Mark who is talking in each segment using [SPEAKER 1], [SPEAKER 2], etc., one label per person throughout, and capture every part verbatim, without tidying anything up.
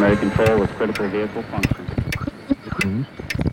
[SPEAKER 1] primary control with critical vehicle function.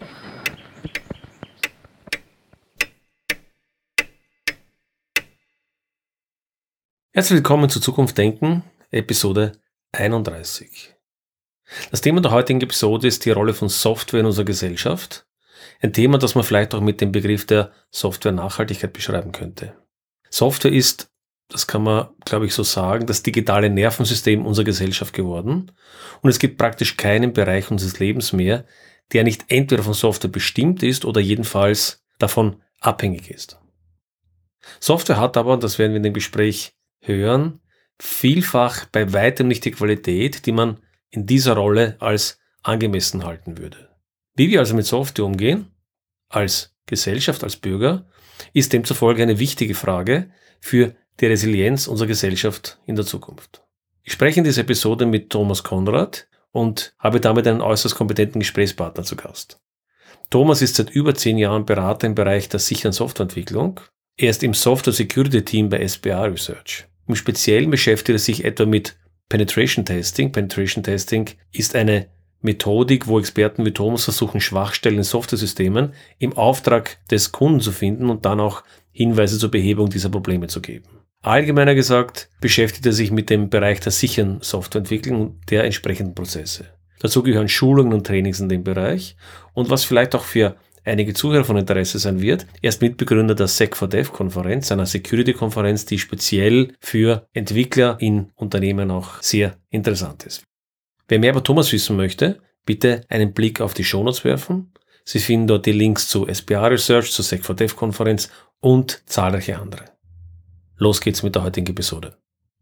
[SPEAKER 2] Herzlich willkommen zu Zukunft Denken, Episode einunddreißig. Das Thema der heutigen Episode ist die Rolle von Software in unserer Gesellschaft. Ein Thema, das man vielleicht auch mit dem Begriff der Software-Nachhaltigkeit beschreiben könnte. Software ist, das kann man, glaube ich, so sagen, das digitale Nervensystem unserer Gesellschaft geworden. Und es gibt praktisch keinen Bereich unseres Lebens mehr, der nicht entweder von Software bestimmt ist oder jedenfalls davon abhängig ist. Software hat aber, das werden wir in dem Gespräch hören, vielfach bei weitem nicht die Qualität, die man in dieser Rolle als angemessen halten würde. Wie wir also mit Software umgehen, als Gesellschaft, als Bürger, ist demzufolge eine wichtige Frage für die Resilienz unserer Gesellschaft in der Zukunft. Ich spreche in dieser Episode mit Thomas Konrad und habe damit einen äußerst kompetenten Gesprächspartner zu Gast. Thomas ist seit über zehn Jahren Berater im Bereich der sicheren Softwareentwicklung. Er ist im Software Security Team bei S B A Research. Im Speziellen beschäftigt er sich etwa mit Penetration Testing. Penetration Testing ist eine Methodik, wo Experten wie Thomas versuchen, Schwachstellen in Softwaresystemen im Auftrag des Kunden zu finden und dann auch Hinweise zur Behebung dieser Probleme zu geben. Allgemeiner gesagt beschäftigt er sich mit dem Bereich der sicheren Softwareentwicklung und der entsprechenden Prozesse. Dazu gehören Schulungen und Trainings in dem Bereich und was vielleicht auch für einige Zuhörer von Interesse sein wird, er ist Mitbegründer der Sec for Dev Konferenz, einer Security-Konferenz, die speziell für Entwickler in Unternehmen auch sehr interessant ist. Wer mehr über Thomas wissen möchte, bitte einen Blick auf die Shownotes werfen. Sie finden dort die Links zu S B A Research, zur Sec for Dev Konferenz und zahlreiche andere. Los geht's mit der heutigen Episode.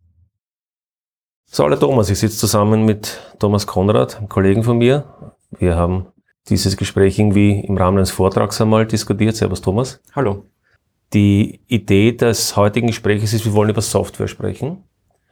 [SPEAKER 2] So, hallo Thomas, ich sitze zusammen mit Thomas Konrad, einem Kollegen von mir. Wir haben dieses Gespräch irgendwie im Rahmen eines Vortrags einmal diskutiert. Servus Thomas.
[SPEAKER 3] Hallo.
[SPEAKER 2] Die Idee des heutigen Gesprächs ist, wir wollen über Software sprechen.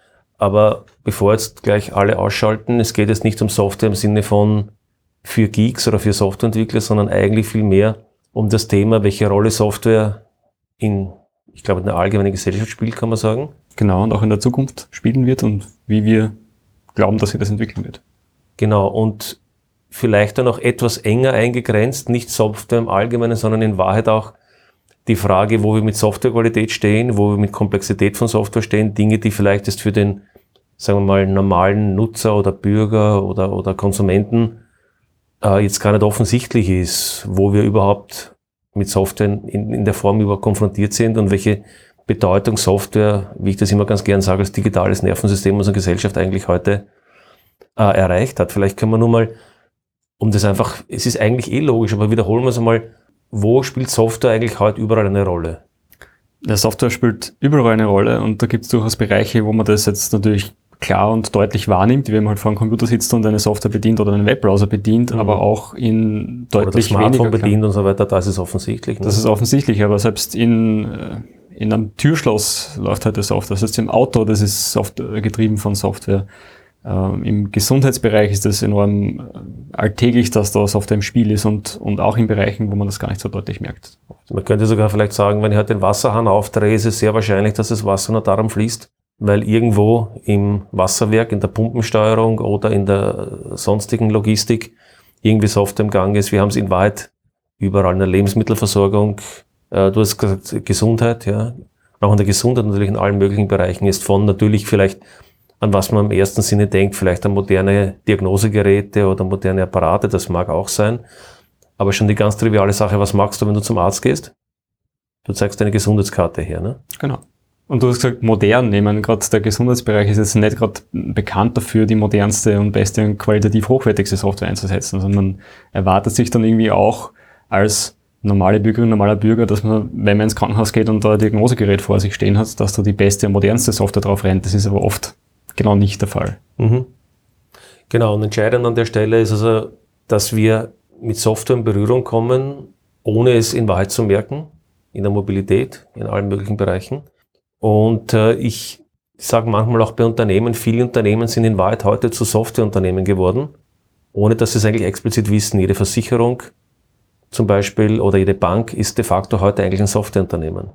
[SPEAKER 2] Aber bevor jetzt gleich alle ausschalten, es geht jetzt nicht um Software im Sinne von für Geeks oder für Softwareentwickler, sondern eigentlich viel mehr um das Thema, welche Rolle Software in, ich glaube, in der allgemeinen Gesellschaft spielt, kann man sagen.
[SPEAKER 3] Genau, und auch in der Zukunft spielen wird und wie wir glauben, dass sich das entwickeln wird.
[SPEAKER 2] Genau, und vielleicht dann auch etwas enger eingegrenzt, nicht Software im Allgemeinen, sondern in Wahrheit auch die Frage, wo wir mit Softwarequalität stehen, wo wir mit Komplexität von Software stehen, Dinge, die vielleicht jetzt für den, sagen wir mal, normalen Nutzer oder Bürger oder, oder Konsumenten äh, jetzt gar nicht offensichtlich ist, wo wir überhaupt mit Software in, in der Form überhaupt konfrontiert sind und welche Bedeutung Software, wie ich das immer ganz gern sage, als digitales Nervensystem unserer Gesellschaft eigentlich heute äh, erreicht hat. Vielleicht können wir nur mal, um das einfach, es ist eigentlich eh logisch, aber wiederholen wir es einmal, wo spielt Software eigentlich heute überall eine Rolle?
[SPEAKER 3] Der Software spielt überall eine Rolle und da gibt es durchaus Bereiche, wo man das jetzt natürlich klar und deutlich wahrnimmt, wie wenn man halt vor einem Computer sitzt und eine Software bedient oder einen Webbrowser bedient, mhm. aber auch in deutlich weniger. Oder das
[SPEAKER 2] Smartphone bedient und so weiter, da ist es offensichtlich. Ne?
[SPEAKER 3] Das ist offensichtlich, aber selbst in, in einem Türschloss läuft halt das Software. Das heißt, im Auto, das ist Software, getrieben von Software. Ähm, Im Gesundheitsbereich ist das enorm äh, alltäglich, dass da Software im Spiel ist und, und auch in Bereichen, wo man das gar nicht so deutlich merkt.
[SPEAKER 2] Man könnte sogar vielleicht sagen, wenn ich halt den Wasserhahn aufdrehe, ist es sehr wahrscheinlich, dass das Wasser nur darum fließt, weil irgendwo im Wasserwerk, in der Pumpensteuerung oder in der sonstigen Logistik irgendwie Software im Gang ist. Wir haben es in Wahrheit überall in der Lebensmittelversorgung, äh, du hast gesagt Gesundheit, ja, auch in der Gesundheit natürlich in allen möglichen Bereichen ist von natürlich vielleicht an was man im ersten Sinne denkt, vielleicht an moderne Diagnosegeräte oder moderne Apparate, das mag auch sein. Aber schon die ganz triviale Sache, was machst du, wenn du zum Arzt gehst? Du zeigst deine Gesundheitskarte her, ne?
[SPEAKER 3] Genau. Und du hast gesagt, modern nehmen, gerade der Gesundheitsbereich ist jetzt nicht gerade bekannt dafür, die modernste und beste und qualitativ hochwertigste Software einzusetzen, sondern man erwartet sich dann irgendwie auch als normale Bürgerin, normaler Bürger, dass man, wenn man ins Krankenhaus geht und da ein Diagnosegerät vor sich stehen hat, dass da die beste und modernste Software drauf rennt. Das ist aber oft genau nicht der Fall.
[SPEAKER 2] Mhm. Genau, und entscheidend an der Stelle ist also, dass wir mit Software in Berührung kommen, ohne es in Wahrheit zu merken, in der Mobilität, in allen möglichen Bereichen. Und äh, ich sage manchmal auch bei Unternehmen, viele Unternehmen sind in Wahrheit heute zu Softwareunternehmen geworden, ohne dass sie es eigentlich explizit wissen. Jede Versicherung zum Beispiel oder jede Bank ist de facto heute eigentlich ein Softwareunternehmen.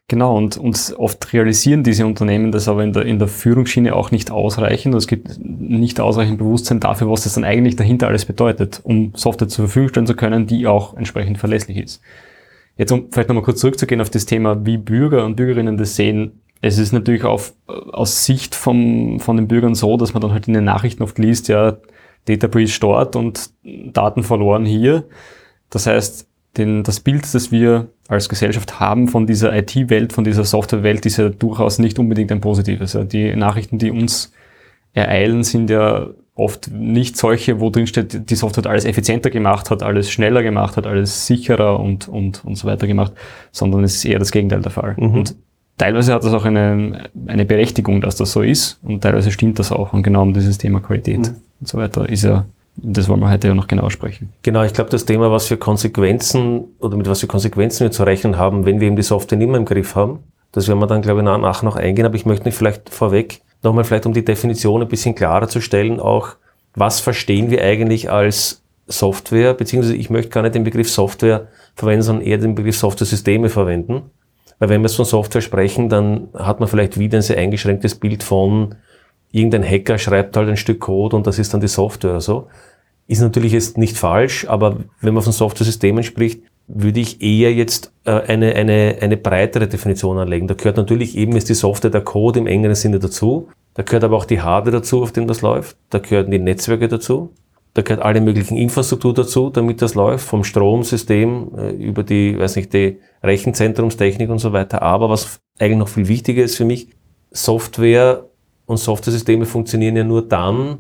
[SPEAKER 3] Genau, und, und oft realisieren diese Unternehmen das aber in der, in der Führungsschiene auch nicht ausreichend. Es gibt nicht ausreichend Bewusstsein dafür, was das dann eigentlich dahinter alles bedeutet, um Software zur Verfügung stellen zu können, die auch entsprechend verlässlich ist. Jetzt, um vielleicht nochmal kurz zurückzugehen auf das Thema, wie Bürger und Bürgerinnen das sehen. Es ist natürlich auf, aus Sicht vom, von den Bürgern so, dass man dann halt in den Nachrichten oft liest, ja, Data Breach dort und Daten verloren hier. Das heißt, den, das Bild, das wir als Gesellschaft haben von dieser I T-Welt, von dieser Software-Welt, ist ja durchaus nicht unbedingt ein positives. Ja. Die Nachrichten, die uns ereilen, sind ja oft nicht solche, wo drin steht, die Software hat alles effizienter gemacht, hat alles schneller gemacht, hat alles sicherer und, und, und so weiter gemacht, sondern es ist eher das Gegenteil der Fall. Mhm. Und teilweise hat das auch eine, eine Berechtigung, dass das so ist, und teilweise stimmt das auch. Und genau um dieses Thema Qualität mhm. und so weiter ist ja, das wollen wir heute ja noch genau sprechen.
[SPEAKER 2] Genau, ich glaube, das Thema, was für Konsequenzen oder mit was für Konsequenzen wir zu rechnen haben, wenn wir eben die Software nicht mehr im Griff haben, das werden wir dann, glaube ich, nach noch eingehen. Aber ich möchte nicht vielleicht vorweg nochmal vielleicht, um die Definition ein bisschen klarer zu stellen, auch, was verstehen wir eigentlich als Software, beziehungsweise ich möchte gar nicht den Begriff Software verwenden, sondern eher den Begriff Software-Systeme verwenden. Weil wenn wir jetzt von Software sprechen, dann hat man vielleicht wieder ein sehr eingeschränktes Bild von irgendein Hacker schreibt halt ein Stück Code und das ist dann die Software oder so. Ist natürlich jetzt nicht falsch, aber wenn man von Software-Systemen spricht, würde ich eher jetzt äh, eine, eine, eine breitere Definition anlegen. Da gehört natürlich eben ist die Software, der Code im engeren Sinne dazu. Da gehört aber auch die Hardware dazu, auf dem das läuft. Da gehören die Netzwerke dazu. Da gehört alle möglichen Infrastruktur dazu, damit das läuft, vom Stromsystem äh, über die, weiß nicht, die Rechenzentrumstechnik und so weiter. Aber was eigentlich noch viel wichtiger ist für mich, Software und Software-Systeme funktionieren ja nur dann,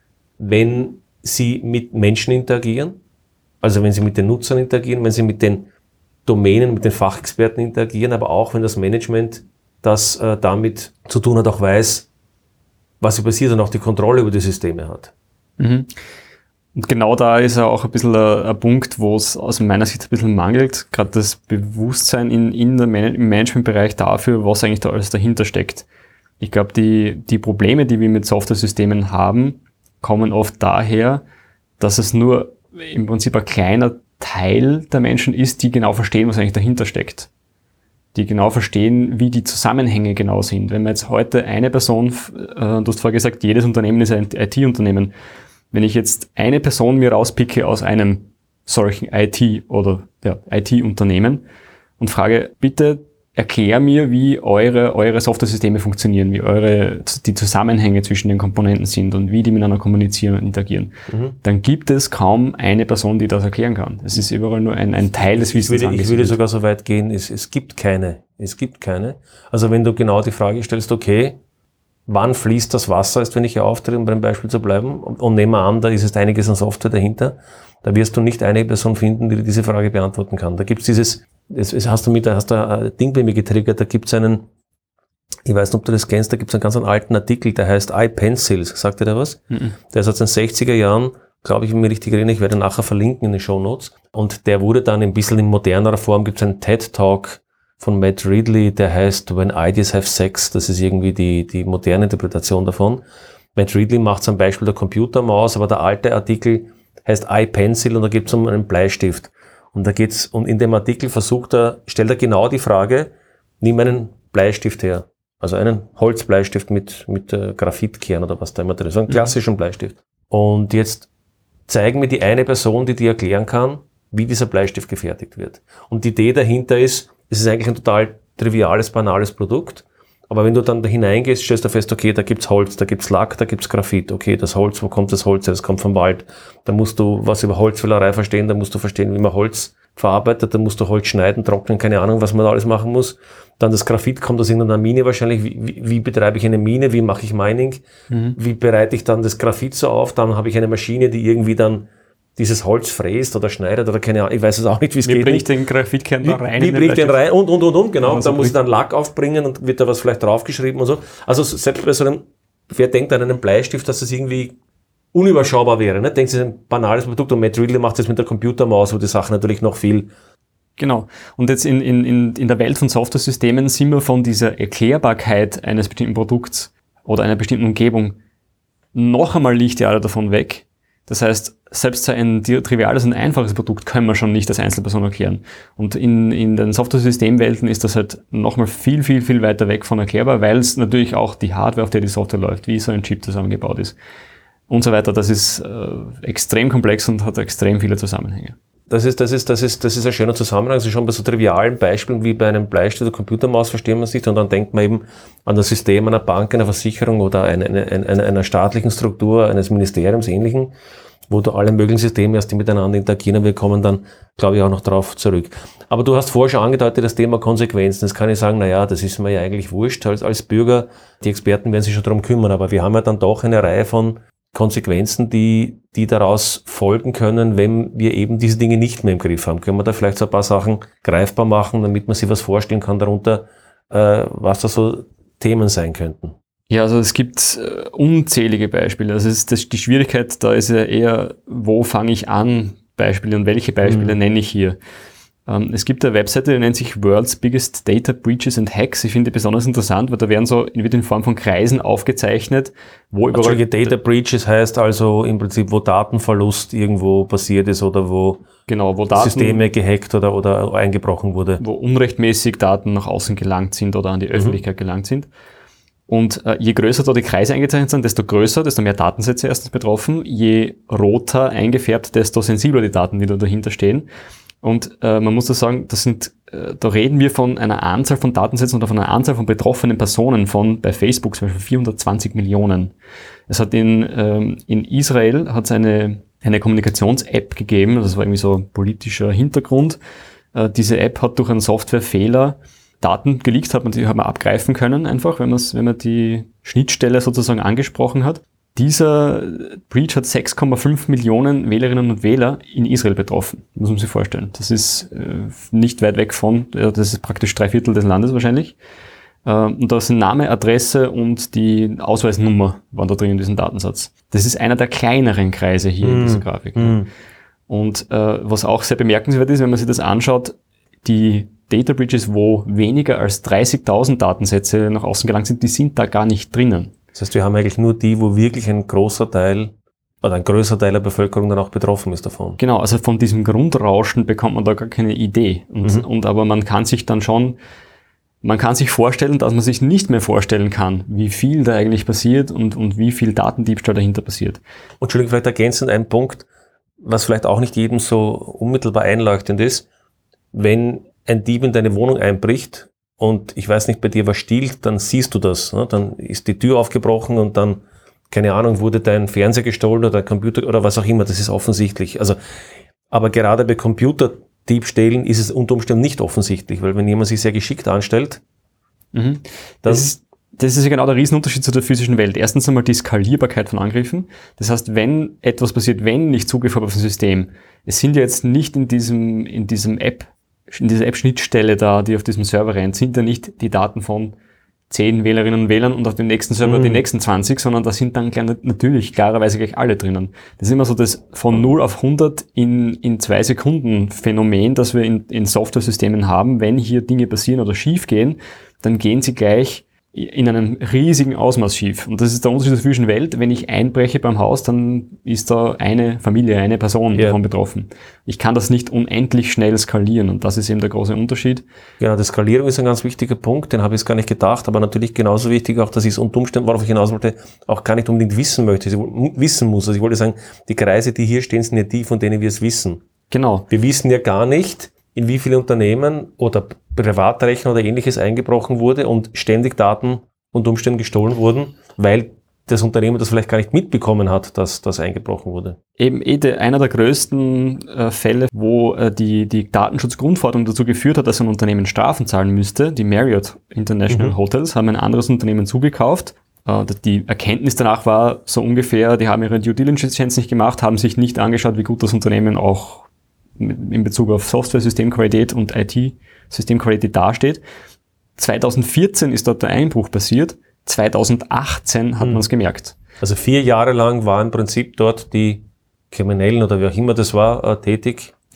[SPEAKER 2] wenn sie mit Menschen interagieren, also wenn sie mit den Nutzern interagieren, wenn sie mit den Domänen, mit den Fachexperten interagieren, aber auch wenn das Management, das äh, damit zu tun hat, auch weiß, was hier passiert und auch die Kontrolle über die Systeme hat.
[SPEAKER 3] Mhm. Und genau da ist ja auch ein bisschen ein, ein Punkt, wo es aus meiner Sicht ein bisschen mangelt, gerade das Bewusstsein in, in der Man- im Managementbereich dafür, was eigentlich da alles dahinter steckt. Ich glaube, die, die Probleme, die wir mit Software-Systemen haben, kommen oft daher, dass es nur im Prinzip ein kleiner Teil der Menschen ist, die genau verstehen, was eigentlich dahinter steckt. Die genau verstehen, wie die Zusammenhänge genau sind. Wenn man jetzt heute eine Person, äh, du hast vorher gesagt, jedes Unternehmen ist ein I T-Unternehmen. Wenn ich jetzt eine Person mir rauspicke aus einem solchen I T- oder ja, I T-Unternehmen und frage, bitte erklär mir, wie eure, eure Software-Systeme funktionieren, wie eure, die Zusammenhänge zwischen den Komponenten sind und wie die miteinander kommunizieren und interagieren. Mhm. Dann gibt es kaum eine Person, die das erklären kann. Es ist überall nur ein, ein Teil des Wissens.
[SPEAKER 2] Ich würde, ich würde sogar so weit gehen, es, es gibt keine. Es gibt keine. Also wenn du genau die Frage stellst, okay, wann fließt das Wasser, ist, wenn ich hier auftrete, um beim Beispiel zu bleiben, und, und nehmen wir an, da ist jetzt einiges an Software dahinter, da wirst du nicht eine Person finden, die diese Frage beantworten kann. Da gibt's dieses, es, es hast du mit, da hast du ein Ding bei mir getriggert, da gibt's einen, ich weiß nicht, ob du das kennst, da gibt's einen ganz alten Artikel, der heißt iPencil, sagt dir da was? Mhm. Der ist aus den sechziger Jahren, glaube ich, wenn ich mich richtig erinnere, ich werde nachher verlinken in den Shownotes, und der wurde dann ein bisschen in modernerer Form, gibt's einen TED-Talk von Matt Ridley, der heißt When Ideas Have Sex, das ist irgendwie die, die moderne Interpretation davon. Matt Ridley macht zum Beispiel der Computermaus, aber der alte Artikel heißt iPencil und da geht es um einen Bleistift. Und da geht's, und in dem Artikel versucht er, stellt er genau die Frage, nimm einen Bleistift her. Also einen Holzbleistift mit, mit äh, Graphitkern oder was da immer drin ist. So einen klassischen Bleistift. Und jetzt zeigen mir die eine Person, die dir erklären kann, wie dieser Bleistift gefertigt wird. Und die Idee dahinter ist, es ist eigentlich ein total triviales, banales Produkt. Aber wenn du dann da hineingehst, stellst du fest, okay, da gibt's Holz, da gibt's Lack, da gibt's Graphit. Okay, das Holz, wo kommt das Holz her? Das kommt vom Wald. Da musst du was über Holzfällerei verstehen, da musst du verstehen, wie man Holz verarbeitet, da musst du Holz schneiden, trocknen, keine Ahnung, was man da alles machen muss. Dann das Graphit kommt aus irgendeiner Mine wahrscheinlich. Wie, wie, wie betreibe ich eine Mine? Wie mache ich Mining? Mhm. Wie bereite ich dann das Graphit so auf? Dann habe ich eine Maschine, die irgendwie dann dieses Holz fräst oder schneidet oder keine Ahnung, ich weiß es auch nicht, wie es geht.
[SPEAKER 3] Wie bringe ich den Graphitkern da rein?
[SPEAKER 2] Wie bringe ich den rein? Und, und, und, und, genau. Und dann muss ich dann Lack aufbringen und wird da was vielleicht draufgeschrieben und so. Also selbst bei so einem, wer denkt an einen Bleistift, dass das irgendwie unüberschaubar wäre, ne? Denkt sich, ein banales Produkt, und Matt Ridley macht das mit der Computermaus, wo die Sache natürlich noch viel.
[SPEAKER 3] Genau. Und jetzt in, in, in, in der Welt von Software-Systemen sind wir von dieser Erklärbarkeit eines bestimmten Produkts oder einer bestimmten Umgebung noch einmal Lichtjahre davon weg, Das heißt, selbst so ein triviales und einfaches Produkt können wir schon nicht als Einzelperson erklären. Und in, in den Software-Systemwelten ist das halt nochmal viel, viel, viel weiter weg von erklärbar, weil es natürlich auch die Hardware, auf der die Software läuft, wie so ein Chip zusammengebaut ist und so weiter. Das ist äh, extrem komplex und hat extrem viele Zusammenhänge.
[SPEAKER 2] Das ist, das ist, das ist, das ist ein schöner Zusammenhang. Also schon bei so trivialen Beispielen wie bei einem Bleistift oder Computermaus versteht man sich und dann denkt man eben an das System einer Bank, einer Versicherung oder eine, eine, eine, einer staatlichen Struktur, eines Ministeriums, ähnlichen, wo du alle möglichen Systeme hast, die miteinander interagieren. Wir kommen dann, glaube ich, auch noch drauf zurück. Aber du hast vorher schon angedeutet, das Thema Konsequenzen. Das kann ich sagen, na ja, das ist mir ja eigentlich wurscht. Als, als Bürger, die Experten werden sich schon darum kümmern, aber wir haben ja dann doch eine Reihe von Konsequenzen, die, die daraus folgen können, wenn wir eben diese Dinge nicht mehr im Griff haben. Können wir da vielleicht so ein paar Sachen greifbar machen, damit man sich was vorstellen kann darunter, äh, was da so Themen sein könnten?
[SPEAKER 3] Ja, also es gibt äh, unzählige Beispiele. Also es ist das, die Schwierigkeit, da ist ja eher, wo fange ich an, Beispiele und welche Beispiele mhm. nenne ich hier. Ähm, es gibt eine Webseite, die nennt sich World's Biggest Data Breaches and Hacks. Ich finde die besonders interessant, weil da werden so wird in Form von Kreisen aufgezeichnet, wo überall...
[SPEAKER 2] Also Data Breaches heißt also im Prinzip, wo Datenverlust irgendwo passiert ist oder wo,
[SPEAKER 3] genau, wo Daten,
[SPEAKER 2] Systeme gehackt oder, oder eingebrochen wurde.
[SPEAKER 3] Wo unrechtmäßig Daten nach außen gelangt sind oder an die Öffentlichkeit mhm. gelangt sind. Und äh, je größer da die Kreise eingezeichnet sind, desto größer, desto mehr Datensätze erstens betroffen. Je roter eingefärbt, desto sensibler die Daten, die da dahinter stehen. Und äh, man muss da sagen, das sind, äh, da reden wir von einer Anzahl von Datensätzen oder von einer Anzahl von betroffenen Personen von bei Facebook zum Beispiel vierhundertzwanzig Millionen. Es hat in ähm, in Israel hat es eine eine Kommunikations-App gegeben, das war irgendwie so ein politischer Hintergrund. Äh, diese App hat durch einen Softwarefehler Daten geleakt, hat man die hat man abgreifen können einfach, wenn man wenn man die Schnittstelle sozusagen angesprochen hat. Dieser Breach hat sechs Komma fünf Millionen Wählerinnen und Wähler in Israel betroffen, muss man sich vorstellen. Das ist äh, nicht weit weg von, ja, das ist praktisch drei Viertel des Landes wahrscheinlich. Äh, und da sind Name, Adresse und die Ausweisnummer waren da drin in diesem Datensatz. Das ist einer der kleineren Kreise hier mm. in dieser Grafik. Mm. Und äh, was auch sehr bemerkenswert ist, wenn man sich das anschaut, die Data Breaches, wo weniger als dreißigtausend Datensätze nach außen gelangt sind, die sind da gar nicht drinnen.
[SPEAKER 2] Das heißt, wir haben eigentlich nur die, wo wirklich ein großer Teil oder ein größer Teil der Bevölkerung dann auch betroffen ist davon.
[SPEAKER 3] Genau, also von diesem Grundrauschen bekommt man da gar keine Idee. Und, mhm. und aber man kann sich dann schon, man kann sich vorstellen, dass man sich nicht mehr vorstellen kann, wie viel da eigentlich passiert und, und wie viel Datendiebstahl dahinter passiert.
[SPEAKER 2] Und Entschuldigung, vielleicht ergänzend ein Punkt, was vielleicht auch nicht jedem so unmittelbar einleuchtend ist, wenn ein Dieb in deine Wohnung einbricht, und ich weiß nicht, bei dir was stiehlt, dann siehst du das. Ne? Dann ist die Tür aufgebrochen und dann, keine Ahnung, wurde dein Fernseher gestohlen oder Computer oder was auch immer. Das ist offensichtlich. Also, aber gerade bei Computerdiebstählen ist es unter Umständen nicht offensichtlich, weil wenn jemand sich sehr geschickt anstellt,
[SPEAKER 3] mhm. das, ist, das ist ja genau der Riesenunterschied zu der physischen Welt. Erstens einmal die Skalierbarkeit von Angriffen. Das heißt, wenn etwas passiert, wenn ich Zugriff habe auf ein System, es sind ja jetzt nicht in diesem, in diesem App, in dieser App-Schnittstelle da, die auf diesem Server rennt, sind ja nicht die Daten von zehn Wählerinnen und Wählern und auf dem nächsten Server mhm. die nächsten zwanzig, sondern da sind dann klar, natürlich klarerweise gleich alle drinnen. Das ist immer so das von null auf hundert in, in zwei Sekunden Phänomen, das wir in, in Software-Systemen haben. Wenn hier Dinge passieren oder schief gehen, dann gehen sie gleich in einem riesigen Ausmaß schief. Und das ist der Unterschied zur physischen Welt. Wenn ich einbreche beim Haus, dann ist da eine Familie, eine Person
[SPEAKER 2] ja.
[SPEAKER 3] davon betroffen. Ich kann das nicht unendlich schnell skalieren und das ist eben der große Unterschied.
[SPEAKER 2] Genau, die Skalierung ist ein ganz wichtiger Punkt, den habe ich jetzt gar nicht gedacht, aber natürlich genauso wichtig auch, dass ich es unter Umständen, worauf ich hinaus wollte, auch gar nicht unbedingt wissen möchte, ich wissen muss. Also ich wollte sagen, die Kreise, die hier stehen, sind ja die, von denen wir es wissen.
[SPEAKER 3] Genau.
[SPEAKER 2] Wir wissen ja gar nicht, in wie viele Unternehmen oder Privatrechner oder ähnliches eingebrochen wurde und ständig Daten unter Umständen gestohlen wurden, weil das Unternehmen das vielleicht gar nicht mitbekommen hat, dass das eingebrochen wurde.
[SPEAKER 3] Eben eh de, einer der größten äh, Fälle, wo äh, die, die Datenschutzgrundverordnung dazu geführt hat, dass ein Unternehmen Strafen zahlen müsste. Die Marriott International mhm. Hotels haben ein anderes Unternehmen zugekauft. Äh, die Erkenntnis danach war so ungefähr, die haben ihre Due Diligence nicht gemacht, haben sich nicht angeschaut, wie gut das Unternehmen auch in Bezug auf Software-Systemqualität und I T-Systemqualität dasteht. zweitausendvierzehn ist dort der Einbruch passiert. zweitausendachtzehn hat hm. man es gemerkt.
[SPEAKER 2] Also vier Jahre lang waren im Prinzip dort die Kriminellen oder wie auch immer das war, äh, tätig.
[SPEAKER 3] Genau.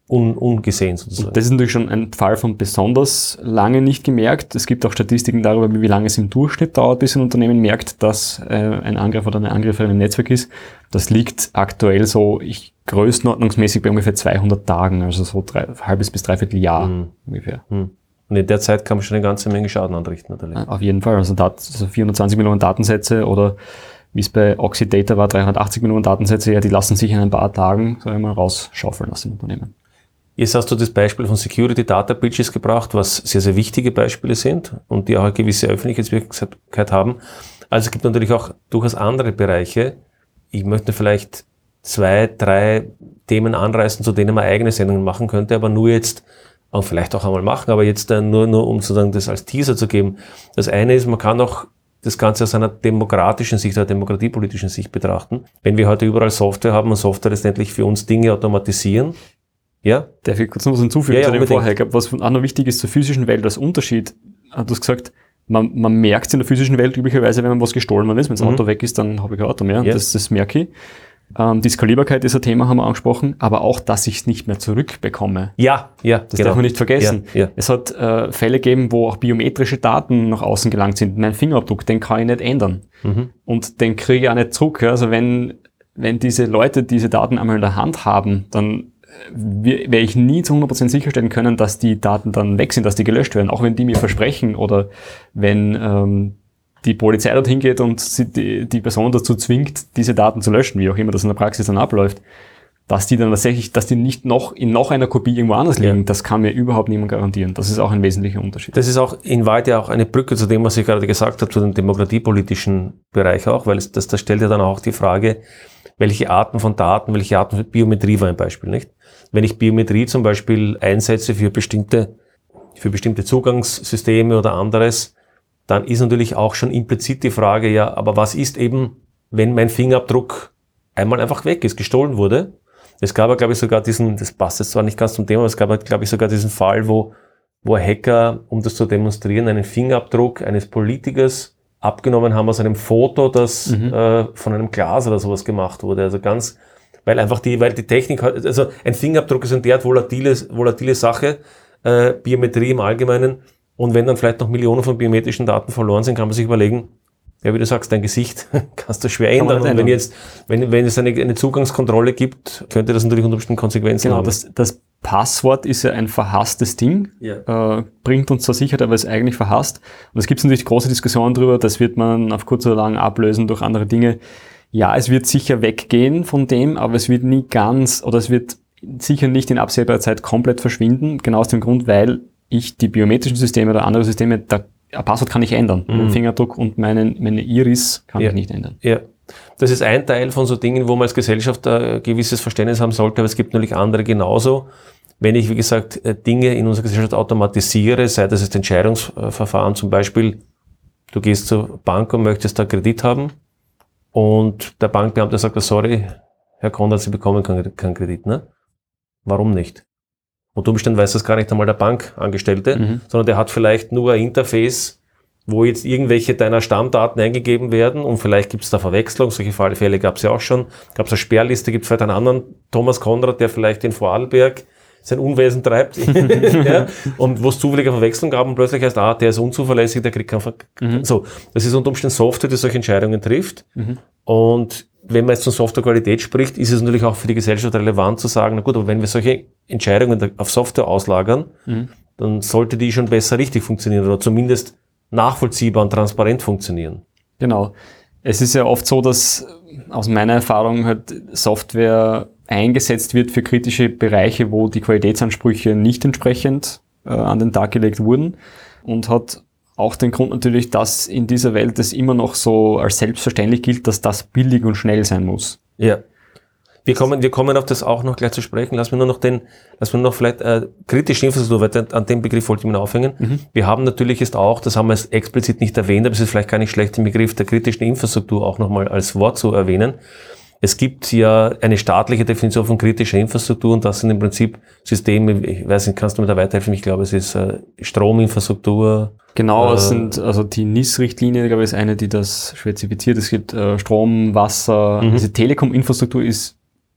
[SPEAKER 2] un, ungesehen sozusagen.
[SPEAKER 3] Und das ist natürlich schon ein Fall von besonders lange nicht gemerkt. Es gibt auch Statistiken darüber, wie lange es im Durchschnitt dauert, bis ein Unternehmen merkt, dass äh, ein Angriff oder eine Angreiferin im Netzwerk ist. Das liegt aktuell so ich, größenordnungsmäßig bei ungefähr zweihundert Tagen, also so drei, halbes bis dreiviertel Jahr
[SPEAKER 2] mhm.
[SPEAKER 3] ungefähr.
[SPEAKER 2] Mhm. Und in der Zeit kann man schon eine ganze Menge Schaden anrichten natürlich.
[SPEAKER 3] Auf jeden Fall, also, Dat- also vierhundertzwanzig Millionen Datensätze oder wie es bei Oxidata war, dreihundertachtzig Millionen Datensätze, ja, die lassen sich in ein paar Tagen, sagen wir mal, rausschaufeln aus dem Unternehmen.
[SPEAKER 2] Jetzt hast du das Beispiel von Security Data Breaches gebracht, was sehr, sehr wichtige Beispiele sind und die auch eine gewisse Öffentlichkeitswirksamkeit haben. Also es gibt natürlich auch durchaus andere Bereiche. Ich möchte vielleicht zwei, drei Themen anreißen, zu denen man eigene Sendungen machen könnte, aber nur jetzt, und vielleicht auch einmal machen, aber jetzt äh, nur, nur um sozusagen das als Teaser zu geben. Das eine ist, man kann auch das Ganze aus einer demokratischen Sicht, einer demokratiepolitischen Sicht betrachten. Wenn wir heute überall Software haben und Software letztendlich für uns Dinge automatisieren, ja?
[SPEAKER 3] Darf ich kurz noch was hinzufügen
[SPEAKER 2] Ja, ja,
[SPEAKER 3] zu dem
[SPEAKER 2] unbedingt.
[SPEAKER 3] vorher? Ich glaube, was auch noch wichtig ist zur physischen Welt als Unterschied, hat du hast gesagt, man, man merkt es in der physischen Welt üblicherweise, wenn man was gestohlen worden ist. Wenn das
[SPEAKER 2] Mhm.
[SPEAKER 3] Auto weg ist, dann habe ich kein Auto mehr.
[SPEAKER 2] Ja.
[SPEAKER 3] Das, das merke ich. Ähm, die Skalierbarkeit ist ein Thema, haben wir angesprochen, aber auch, dass ich es nicht mehr zurückbekomme.
[SPEAKER 2] Ja, ja,
[SPEAKER 3] Das darf man nicht vergessen.
[SPEAKER 2] Ja, ja.
[SPEAKER 3] Es hat äh, Fälle gegeben, wo auch biometrische Daten nach außen gelangt sind. Mein Fingerabdruck, den kann ich nicht ändern.
[SPEAKER 2] Mhm.
[SPEAKER 3] Und den kriege ich auch nicht zurück. Ja. Also wenn, wenn diese Leute diese Daten einmal in der Hand haben, dann werde ich nie zu hundert Prozent sicherstellen können, dass die Daten dann weg sind, dass die gelöscht werden. Auch wenn die mir versprechen oder wenn ähm, die Polizei dorthin geht und sie die, die Person dazu zwingt, diese Daten zu löschen, wie auch immer das in der Praxis dann abläuft, dass die dann tatsächlich, dass die nicht noch in noch einer Kopie irgendwo anders liegen,
[SPEAKER 2] Ja.
[SPEAKER 3] das kann mir überhaupt niemand garantieren. Das ist auch ein wesentlicher Unterschied.
[SPEAKER 2] Das ist auch in Wahrheit ja auch eine Brücke zu dem, was ich gerade gesagt habe, zu dem demokratiepolitischen Bereich auch, weil es, das, das stellt ja dann auch die Frage, welche Arten von Daten, welche Arten von Biometrie war ein Beispiel, nicht? Wenn ich Biometrie zum Beispiel einsetze für bestimmte, für bestimmte Zugangssysteme oder anderes, dann ist natürlich auch schon implizit die Frage, ja, aber was ist eben, wenn mein Fingerabdruck einmal einfach weg ist, gestohlen wurde? Es gab ja, glaube ich, sogar diesen, das passt jetzt zwar nicht ganz zum Thema, aber es gab, glaube ich, sogar diesen Fall, wo, wo Hacker, um das zu demonstrieren, einen Fingerabdruck eines Politikers abgenommen haben aus einem Foto, das
[SPEAKER 3] Mhm.
[SPEAKER 2] äh, von einem Glas oder sowas gemacht wurde. Also ganz, weil einfach die, weil die Technik, also ein Fingerabdruck ist eine derart volatile, volatile Sache, äh, Biometrie im Allgemeinen. Und wenn dann vielleicht noch Millionen von biometrischen Daten verloren sind, kann man sich überlegen, ja, wie du sagst, dein Gesicht kannst du schwer
[SPEAKER 3] Kann man
[SPEAKER 2] ändern.
[SPEAKER 3] nicht
[SPEAKER 2] Und wenn
[SPEAKER 3] ändern.
[SPEAKER 2] jetzt, wenn, wenn es eine, eine Zugangskontrolle gibt, könnte das natürlich unter bestimmten Konsequenzen
[SPEAKER 3] Genau,
[SPEAKER 2] haben.
[SPEAKER 3] das, das Passwort ist ja ein verhasstes Ding,
[SPEAKER 2] Ja.
[SPEAKER 3] äh, bringt uns zur Sicherheit, aber ist eigentlich verhasst. Und es gibt natürlich große Diskussionen darüber, das wird man auf kurz oder lang ablösen durch andere Dinge. Ja, es wird sicher weggehen von dem, aber es wird nie ganz, oder es wird sicher nicht in absehbarer Zeit komplett verschwinden, genau aus dem Grund, weil ich die biometrischen Systeme oder andere Systeme, da, ein Passwort kann ich ändern.
[SPEAKER 2] Mhm.
[SPEAKER 3] Mein Fingerdruck und meinen, meine Iris kann
[SPEAKER 2] Ja.
[SPEAKER 3] ich nicht ändern.
[SPEAKER 2] Ja, das ist ein Teil von so Dingen, wo man als Gesellschaft ein gewisses Verständnis haben sollte, aber es gibt natürlich andere genauso. Wenn ich, wie gesagt, Dinge in unserer Gesellschaft automatisiere, sei das jetzt Entscheidungsverfahren zum Beispiel, du gehst zur Bank und möchtest da Kredit haben und der Bankbeamte sagt, sorry, Herr Konrad, Sie bekommen keinen keinen Kredit, ne? Warum nicht? Unter Umständen weiß das gar nicht einmal der Bankangestellte,
[SPEAKER 3] Mhm.
[SPEAKER 2] sondern der hat vielleicht nur ein Interface, wo jetzt irgendwelche deiner Stammdaten eingegeben werden und vielleicht gibt es da Verwechslung, solche Fälle gab es ja auch schon, gab es eine Sperrliste, gibt es vielleicht einen anderen Thomas Konrad, der vielleicht in Vorarlberg sein Unwesen treibt ja, und wo es zufällige Verwechslung gab und plötzlich heißt, ah, der ist unzuverlässig, der kriegt keinen Ver
[SPEAKER 3] Mhm.
[SPEAKER 2] So, das ist unter Umständen Software, die solche Entscheidungen trifft
[SPEAKER 3] Mhm.
[SPEAKER 2] und wenn man jetzt von Softwarequalität spricht, ist es natürlich auch für die Gesellschaft relevant zu sagen, na gut, aber wenn wir solche Entscheidungen auf Software auslagern,
[SPEAKER 3] Mhm.
[SPEAKER 2] dann sollte die schon besser richtig funktionieren oder zumindest nachvollziehbar und transparent funktionieren.
[SPEAKER 3] Genau. Es ist ja oft so, dass aus meiner Erfahrung halt Software eingesetzt wird für kritische Bereiche, wo die Qualitätsansprüche nicht entsprechend äh, an den Tag gelegt wurden und hat auch den Grund natürlich, dass in dieser Welt es immer noch so als selbstverständlich gilt, dass das billig und schnell sein muss.
[SPEAKER 2] Ja. Wir kommen, wir kommen auf das auch noch gleich zu sprechen. Lass mir nur noch den, lass mir noch vielleicht äh, kritische Infrastruktur, weil an dem Begriff wollte ich mir aufhängen.
[SPEAKER 3] Mhm.
[SPEAKER 2] Wir haben natürlich jetzt auch, das haben wir jetzt explizit nicht erwähnt, aber es ist vielleicht gar nicht schlecht, den Begriff der kritischen Infrastruktur auch nochmal als Wort zu erwähnen. Es gibt ja eine staatliche Definition von kritischer Infrastruktur und das sind im Prinzip Systeme, ich weiß nicht, kannst du mir da weiterhelfen? Ich glaube, es ist äh, Strominfrastruktur.
[SPEAKER 3] Genau,
[SPEAKER 2] Äh,
[SPEAKER 3] es sind also die N I S-Richtlinie, glaube ich, ist eine, die das spezifiziert. Es gibt äh, Strom, Wasser,
[SPEAKER 2] Mhm.
[SPEAKER 3] diese Telekom-Infrastruktur ist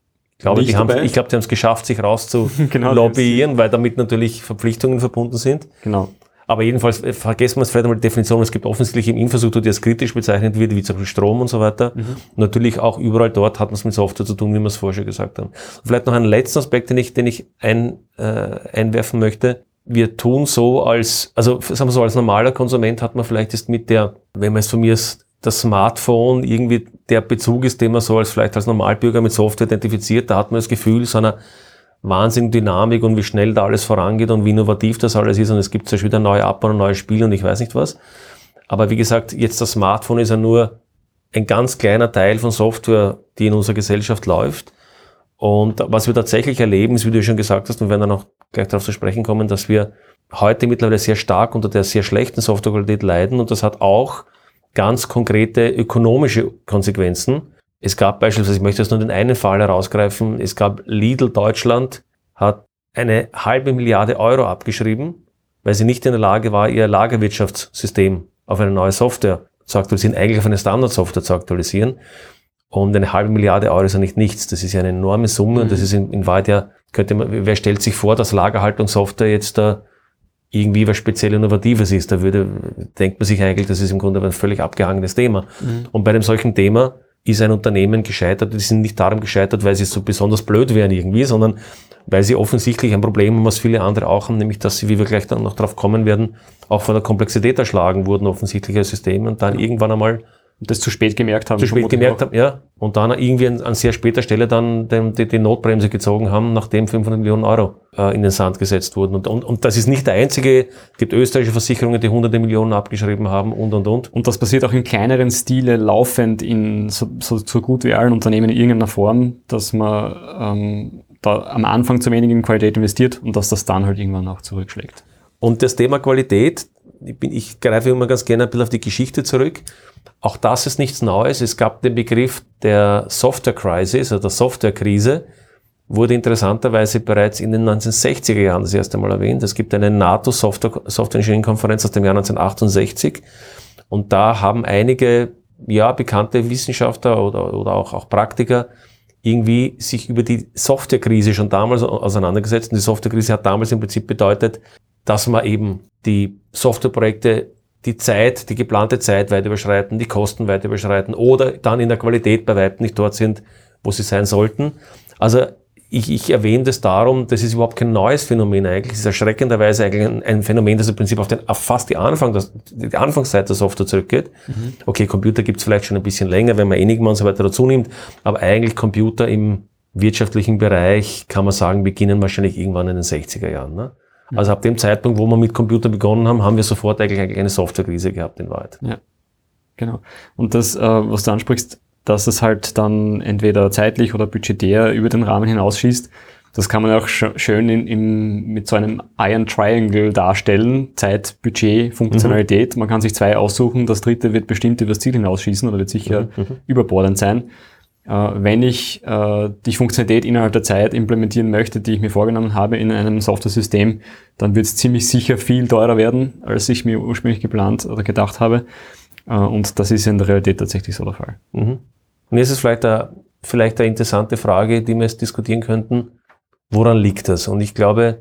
[SPEAKER 2] glaube,
[SPEAKER 3] Nicht
[SPEAKER 2] die haben,
[SPEAKER 3] dabei.
[SPEAKER 2] ich glaube, die haben es geschafft, sich rauszulobbyieren,
[SPEAKER 3] Genau,
[SPEAKER 2] weil damit natürlich Verpflichtungen verbunden sind.
[SPEAKER 3] Genau.
[SPEAKER 2] Aber jedenfalls äh, vergessen wir es vielleicht einmal die Definition. Es gibt offensichtlich eben Infrastruktur, die als kritisch bezeichnet wird, wie zum Beispiel Strom und so weiter. Mhm. Natürlich auch überall dort hat man es mit Software zu tun, wie wir es vorher schon gesagt haben. Und vielleicht noch einen letzten Aspekt, den ich, den ich ein, äh, einwerfen möchte. Wir tun so als, also sagen wir so, als normaler Konsument hat man vielleicht jetzt mit der, wenn man es von mir ist, das Smartphone irgendwie der Bezug ist, den man so als vielleicht als Normalbürger mit Software identifiziert, da hat man das Gefühl, so einer Wahnsinn Dynamik und wie schnell da alles vorangeht und wie innovativ das alles ist und es gibt zum Beispiel wieder neue App und ein neues Spiel und ich weiß nicht was. Aber wie gesagt, jetzt das Smartphone ist ja nur ein ganz kleiner Teil von Software, die in unserer Gesellschaft läuft. Und was wir tatsächlich erleben, ist, wie du schon gesagt hast, und wir werden dann auch gleich darauf zu sprechen kommen, dass wir heute mittlerweile sehr stark unter der sehr schlechten Softwarequalität leiden und das hat auch ganz konkrete ökonomische Konsequenzen. Es gab beispielsweise, ich möchte jetzt nur den einen Fall herausgreifen, es gab Lidl Deutschland, hat eine halbe Milliarde Euro abgeschrieben, weil sie nicht in der Lage war, ihr Lagerwirtschaftssystem auf eine neue Software zu aktualisieren, eigentlich auf eine Standardsoftware zu aktualisieren. Und eine halbe Milliarde Euro ist ja nicht nichts. Das ist ja eine enorme Summe mhm. und das ist in, in Wahrheit ja, könnte man, wer stellt sich vor, dass Lagerhaltungssoftware jetzt da irgendwie was speziell Innovatives ist? Da würde, denkt man sich eigentlich, das ist im Grunde ein völlig abgehangenes Thema. Mhm. Und bei einem solchen Thema ist ein Unternehmen gescheitert, die sind nicht darum gescheitert, weil sie so besonders blöd wären irgendwie, sondern weil sie offensichtlich ein Problem haben, was viele andere auch haben, nämlich dass sie, wie wir gleich dann noch drauf kommen werden, auch von der Komplexität erschlagen wurden, offensichtliche Systeme und dann ja. irgendwann einmal
[SPEAKER 3] das zu spät gemerkt haben.
[SPEAKER 2] Zu spät gemerkt haben, ja. Und dann irgendwie an, an sehr später Stelle dann den, die, die Notbremse gezogen haben, nachdem fünfhundert Millionen Euro äh, in den Sand gesetzt wurden. Und, und, und das ist nicht der einzige. Es gibt österreichische Versicherungen, die hunderte Millionen abgeschrieben haben und, und, und.
[SPEAKER 3] Und das passiert auch in kleineren Stile laufend in so, so, so gut wie allen Unternehmen in irgendeiner Form, dass man ähm, da am Anfang zu wenig in Qualität investiert und dass das dann halt irgendwann auch zurückschlägt.
[SPEAKER 2] Und das Thema Qualität, ich, bin, ich greife immer ganz gerne ein bisschen auf die Geschichte zurück. Auch das ist nichts Neues. Es gab den Begriff der Software Crisis, also der Softwarekrise, wurde interessanterweise bereits in den neunzehnhundertsechziger Jahren das erste Mal erwähnt. Es gibt eine NATO Software, Software Engineering Konferenz aus dem Jahr neunzehnhundertachtundsechzig und da haben einige ja, bekannte Wissenschaftler oder, oder auch, auch Praktiker irgendwie sich über die Softwarekrise schon damals auseinandergesetzt. Und die Softwarekrise hat damals im Prinzip bedeutet, dass man eben die Softwareprojekte die Zeit, die geplante Zeit weit überschreiten, die Kosten weit überschreiten oder dann in der Qualität bei weitem nicht dort sind, wo sie sein sollten. Also ich, ich erwähne das darum, das ist überhaupt kein neues Phänomen eigentlich. Es ist erschreckenderweise eigentlich ein, ein Phänomen, das im Prinzip auf, den, auf fast die, Anfang, das, die Anfangszeit der Software zurückgeht. Mhm. Okay, Computer gibt es vielleicht schon ein bisschen länger, wenn man Enigma und so weiter dazu nimmt, aber eigentlich Computer im wirtschaftlichen Bereich, kann man sagen, beginnen wahrscheinlich irgendwann in den sechziger Jahren. Ne? Also ab dem Zeitpunkt, wo wir mit Computer begonnen haben, haben wir sofort eigentlich eine Softwarekrise gehabt in Wahrheit.
[SPEAKER 3] Ja, genau. Und das, was du ansprichst, dass es halt dann entweder zeitlich oder budgetär über den Rahmen hinausschießt, das kann man auch schön in, in, mit so einem Iron Triangle darstellen. Zeit, Budget, Funktionalität. Mhm. Man kann sich zwei aussuchen. Das dritte wird bestimmt über das Ziel hinausschießen oder wird sicher mhm. überbordend sein. Uh, wenn ich uh, die Funktionalität innerhalb der Zeit implementieren möchte, die ich mir vorgenommen habe in einem Software-System, dann wird es ziemlich sicher viel teurer werden, als ich mir ursprünglich geplant oder gedacht habe. Uh, und das ist in der Realität tatsächlich so der Fall.
[SPEAKER 2] Mhm. Und jetzt ist vielleicht eine, vielleicht eine interessante Frage, die wir jetzt diskutieren könnten. Woran liegt das? Und ich glaube,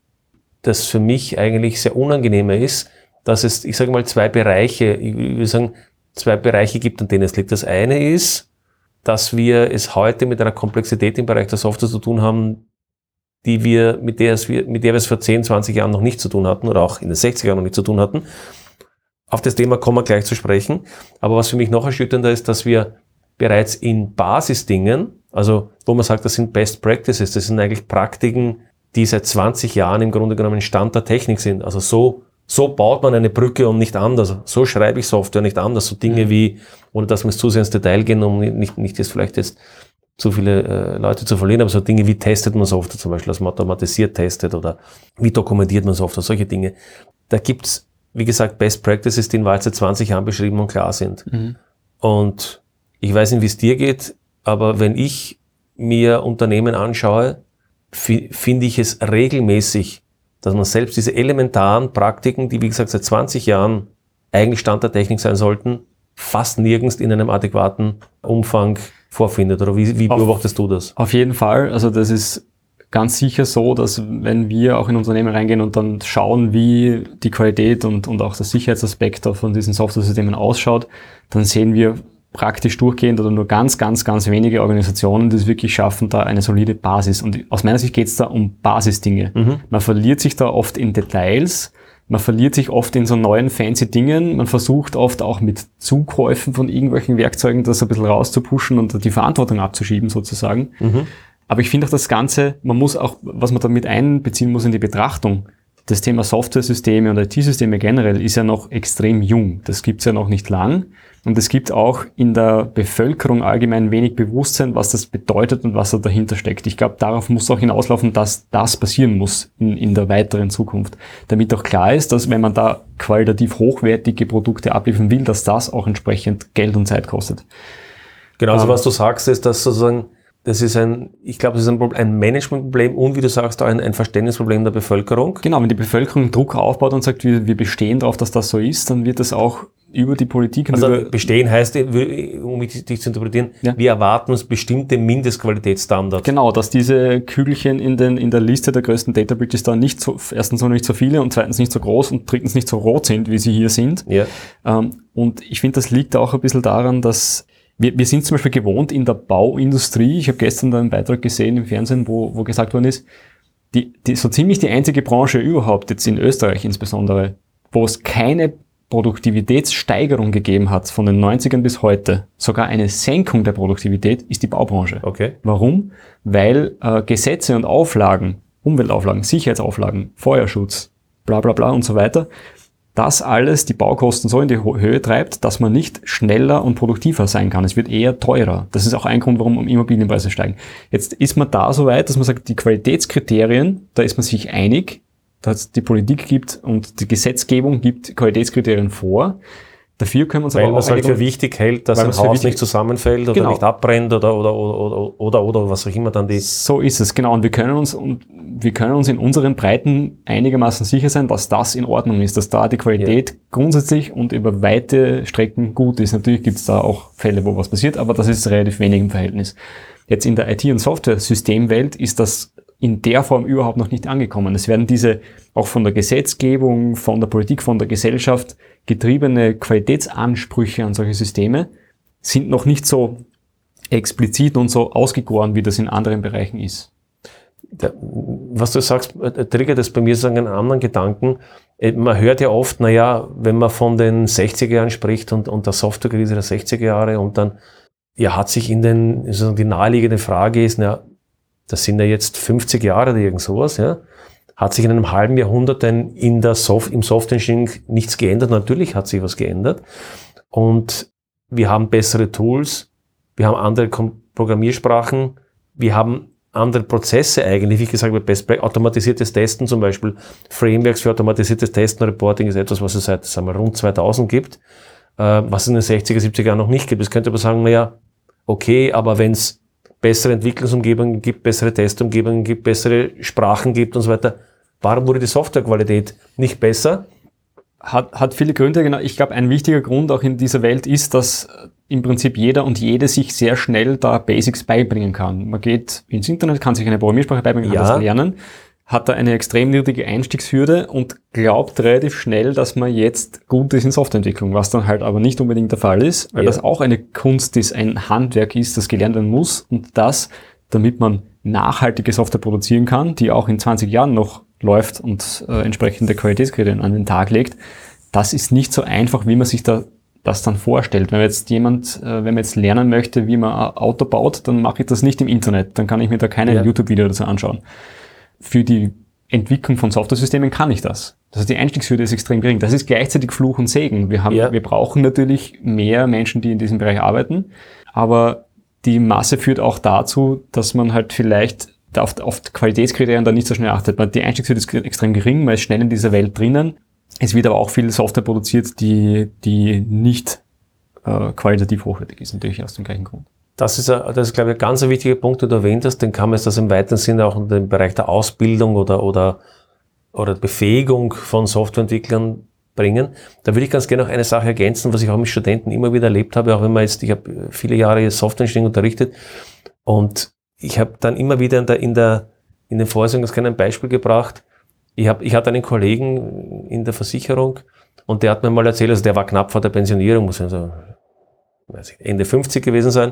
[SPEAKER 2] dass für mich eigentlich sehr unangenehmer ist, dass es, ich sage mal, zwei Bereiche, ich würde sagen, zwei Bereiche gibt, an denen es liegt. Das eine ist, dass wir es heute mit einer Komplexität im Bereich der Software zu tun haben, die wir, mit der es wir, mit der wir es vor zehn, zwanzig Jahren noch nicht zu tun hatten oder auch in den sechziger Jahren noch nicht zu tun hatten. Auf das Thema kommen wir gleich zu sprechen. Aber was für mich noch erschütternder ist, dass wir bereits in Basisdingen, also wo man sagt, das sind Best Practices, das sind eigentlich Praktiken, die seit zwanzig Jahren im Grunde genommen Stand der Technik sind. Also so So baut man eine Brücke und nicht anders. So schreibe ich Software nicht anders. So Dinge wie, ohne dass wir jetzt zu sehr ins Detail gehen, um nicht, nicht jetzt vielleicht jetzt zu viele äh, Leute zu verlieren, aber so Dinge wie testet man Software zum Beispiel, dass man automatisiert testet oder wie dokumentiert man Software, solche Dinge. Da gibt's, wie gesagt, Best Practices, die in Wahrheit seit zwanzig Jahren beschrieben und klar sind. Mhm. Und ich weiß nicht, wie es dir geht, aber wenn ich mir Unternehmen anschaue, f- finde ich es regelmäßig, dass man selbst diese elementaren Praktiken, die wie gesagt seit zwanzig Jahren eigentlich Stand der Technik sein sollten, fast nirgends in einem adäquaten Umfang vorfindet. Oder wie, wie beobachtest du das?
[SPEAKER 3] Auf jeden Fall. Also das ist ganz sicher so, dass wenn wir auch in Unternehmen reingehen und dann schauen, wie die Qualität und, und auch der Sicherheitsaspekt von diesen Software-Systemen ausschaut, dann sehen wir praktisch durchgehend oder nur ganz, ganz, ganz wenige Organisationen, die es wirklich schaffen, da eine solide Basis. Und aus meiner Sicht geht es da um Basisdinge. Mhm. Man verliert sich da oft in Details, man verliert sich oft in so neuen fancy Dingen, man versucht oft auch mit Zukäufen von irgendwelchen Werkzeugen das ein bisschen rauszupushen und die Verantwortung abzuschieben sozusagen. Mhm. Aber ich finde auch das Ganze, man muss auch, was man damit einbeziehen muss in die Betrachtung, das Thema Software-Systeme und I T-Systeme generell ist ja noch extrem jung. Das gibt's ja noch nicht lang. Und es gibt auch in der Bevölkerung allgemein wenig Bewusstsein, was das bedeutet und was da dahinter steckt. Ich glaube, darauf muss auch hinauslaufen, dass das passieren muss in, in der weiteren Zukunft. Damit auch klar ist, dass wenn man da qualitativ hochwertige Produkte abliefern will, dass das auch entsprechend Geld und Zeit kostet.
[SPEAKER 2] Genau, also ähm, was du sagst, ist, dass sozusagen das ist ein, ich glaube, das ist ein, ein Managementproblem und, wie du sagst, auch ein, ein Verständnisproblem der Bevölkerung.
[SPEAKER 3] Genau, wenn die Bevölkerung Druck aufbaut und sagt, wir, wir bestehen darauf, dass das so ist, dann wird das auch über die Politik... Und
[SPEAKER 2] also
[SPEAKER 3] über
[SPEAKER 2] bestehen heißt, um dich zu interpretieren, ja. wir erwarten uns bestimmte Mindestqualitätsstandards.
[SPEAKER 3] Genau, dass diese Kügelchen in, den, in der Liste der größten Data Breaches da nicht so, erstens noch nicht so viele und zweitens nicht so groß und drittens nicht so rot sind, wie sie hier sind. Ja. Und ich finde, das liegt auch ein bisschen daran, dass... Wir, wir sind zum Beispiel gewohnt in der Bauindustrie, ich habe gestern da einen Beitrag gesehen im Fernsehen, wo, wo gesagt worden ist, die, die, so ziemlich die einzige Branche überhaupt, jetzt in Österreich insbesondere, wo es keine Produktivitätssteigerung gegeben hat von den neunzigern bis heute, sogar eine Senkung der Produktivität, ist die Baubranche.
[SPEAKER 2] Okay.
[SPEAKER 3] Warum? Weil äh, Gesetze und Auflagen, Umweltauflagen, Sicherheitsauflagen, Feuerschutz, bla bla bla und so weiter, das alles die Baukosten so in die Höhe treibt, dass man nicht schneller und produktiver sein kann. Es wird eher teurer. Das ist auch ein Grund, warum Immobilienpreise steigen. Jetzt ist man da so weit, dass man sagt, die Qualitätskriterien, da ist man sich einig, dass die Politik gibt und die Gesetzgebung gibt Qualitätskriterien vor. Dafür können wir uns
[SPEAKER 2] weil
[SPEAKER 3] aber auch...
[SPEAKER 2] Weil man es halt für wichtig hält, dass ein Haus nicht zusammenfällt oder genau. nicht abbrennt oder, oder, oder, oder, oder was auch immer dann die...
[SPEAKER 3] So ist es, genau. Und wir können uns, und wir können uns in unseren Breiten einigermaßen sicher sein, dass das in Ordnung ist, dass da die Qualität ja. grundsätzlich und über weite Strecken gut ist. Natürlich gibt es da auch Fälle, wo was passiert, aber das ist relativ wenig im Verhältnis. Jetzt in der I T- und Software-Systemwelt ist das in der Form überhaupt noch nicht angekommen. Es werden diese auch von der Gesetzgebung, von der Politik, von der Gesellschaft getriebene Qualitätsansprüche an solche Systeme sind noch nicht so explizit und so ausgegoren, wie das in anderen Bereichen ist.
[SPEAKER 2] Der, was du sagst, triggert das bei mir so einen anderen Gedanken. Man hört ja oft, naja, wenn man von den sechziger Jahren spricht und, und der Softwarekrise der sechziger Jahre und dann ja, hat sich in den, also die naheliegende Frage ist, na, das sind ja jetzt fünfzig Jahre oder irgend sowas, ja. Hat sich in einem halben Jahrhundert denn in der Soft, im Software-Engineering nichts geändert? Natürlich hat sich was geändert. Und wir haben bessere Tools, wir haben andere Programmiersprachen, wir haben andere Prozesse eigentlich, wie gesagt, automatisiertes Testen zum Beispiel, Frameworks für automatisiertes Testen, Reporting ist etwas, was es seit, sagen wir, rund zweitausend gibt, äh, was es in den sechziger, siebziger Jahren noch nicht gibt. Es könnte aber sagen, naja, okay, aber wenn es bessere Entwicklungsumgebungen gibt, bessere Testumgebungen gibt, bessere Sprachen gibt und so weiter. Warum wurde die Softwarequalität nicht besser?
[SPEAKER 3] Hat, hat viele Gründe, genau. Ich glaube, ein wichtiger Grund auch in dieser Welt ist, dass im Prinzip jeder und jede sich sehr schnell da Basics beibringen kann. Man geht ins Internet, kann sich eine Programmiersprache beibringen, kann ja. das lernen, hat da eine extrem niedrige Einstiegshürde und glaubt relativ schnell, dass man jetzt gut ist in Softwareentwicklung, was dann halt aber nicht unbedingt der Fall ist, weil ja. das auch eine Kunst ist, ein Handwerk ist, das gelernt werden muss und das, damit man nachhaltige Software produzieren kann, die auch in zwanzig Jahren noch läuft und äh, entsprechende Qualitätskriterien an den Tag legt, das ist nicht so einfach, wie man sich da das dann vorstellt. Wenn jetzt jemand, äh, wenn man jetzt lernen möchte, wie man ein Auto baut, dann mache ich das nicht im Internet, dann kann ich mir da keine ja. YouTube-Video dazu anschauen. Für die Entwicklung von Software-Systemen kann ich das. Das heißt, die Einstiegshürde ist extrem gering. Das ist gleichzeitig Fluch und Segen. Wir haben, ja. wir brauchen natürlich mehr Menschen, die in diesem Bereich arbeiten, aber die Masse führt auch dazu, dass man halt vielleicht auf, auf Qualitätskriterien dann nicht so schnell achtet. Die Einstiegshürde ist extrem gering, man ist schnell in dieser Welt drinnen. Es wird aber auch viel Software produziert, die, die nicht äh, qualitativ hochwertig ist, natürlich aus dem gleichen Grund.
[SPEAKER 2] Das ist, das ist, glaube ich, ein ganz wichtiger Punkt, den du erwähnt hast. Den kann man jetzt das im weiteren Sinne auch in den Bereich der Ausbildung oder, oder, oder Befähigung von Softwareentwicklern bringen. Da würde ich ganz gerne noch eine Sache ergänzen, was ich auch mit Studenten immer wieder erlebt habe, auch wenn man jetzt, ich habe viele Jahre Softwareentwicklung unterrichtet und ich habe dann immer wieder in der, in der, in den Vorlesungen ganz gerne ein Beispiel gebracht. Ich habe, ich hatte einen Kollegen in der Versicherung und der hat mir mal erzählt, also der war knapp vor der Pensionierung, muss also, weiß ich, Ende fünfzig gewesen sein.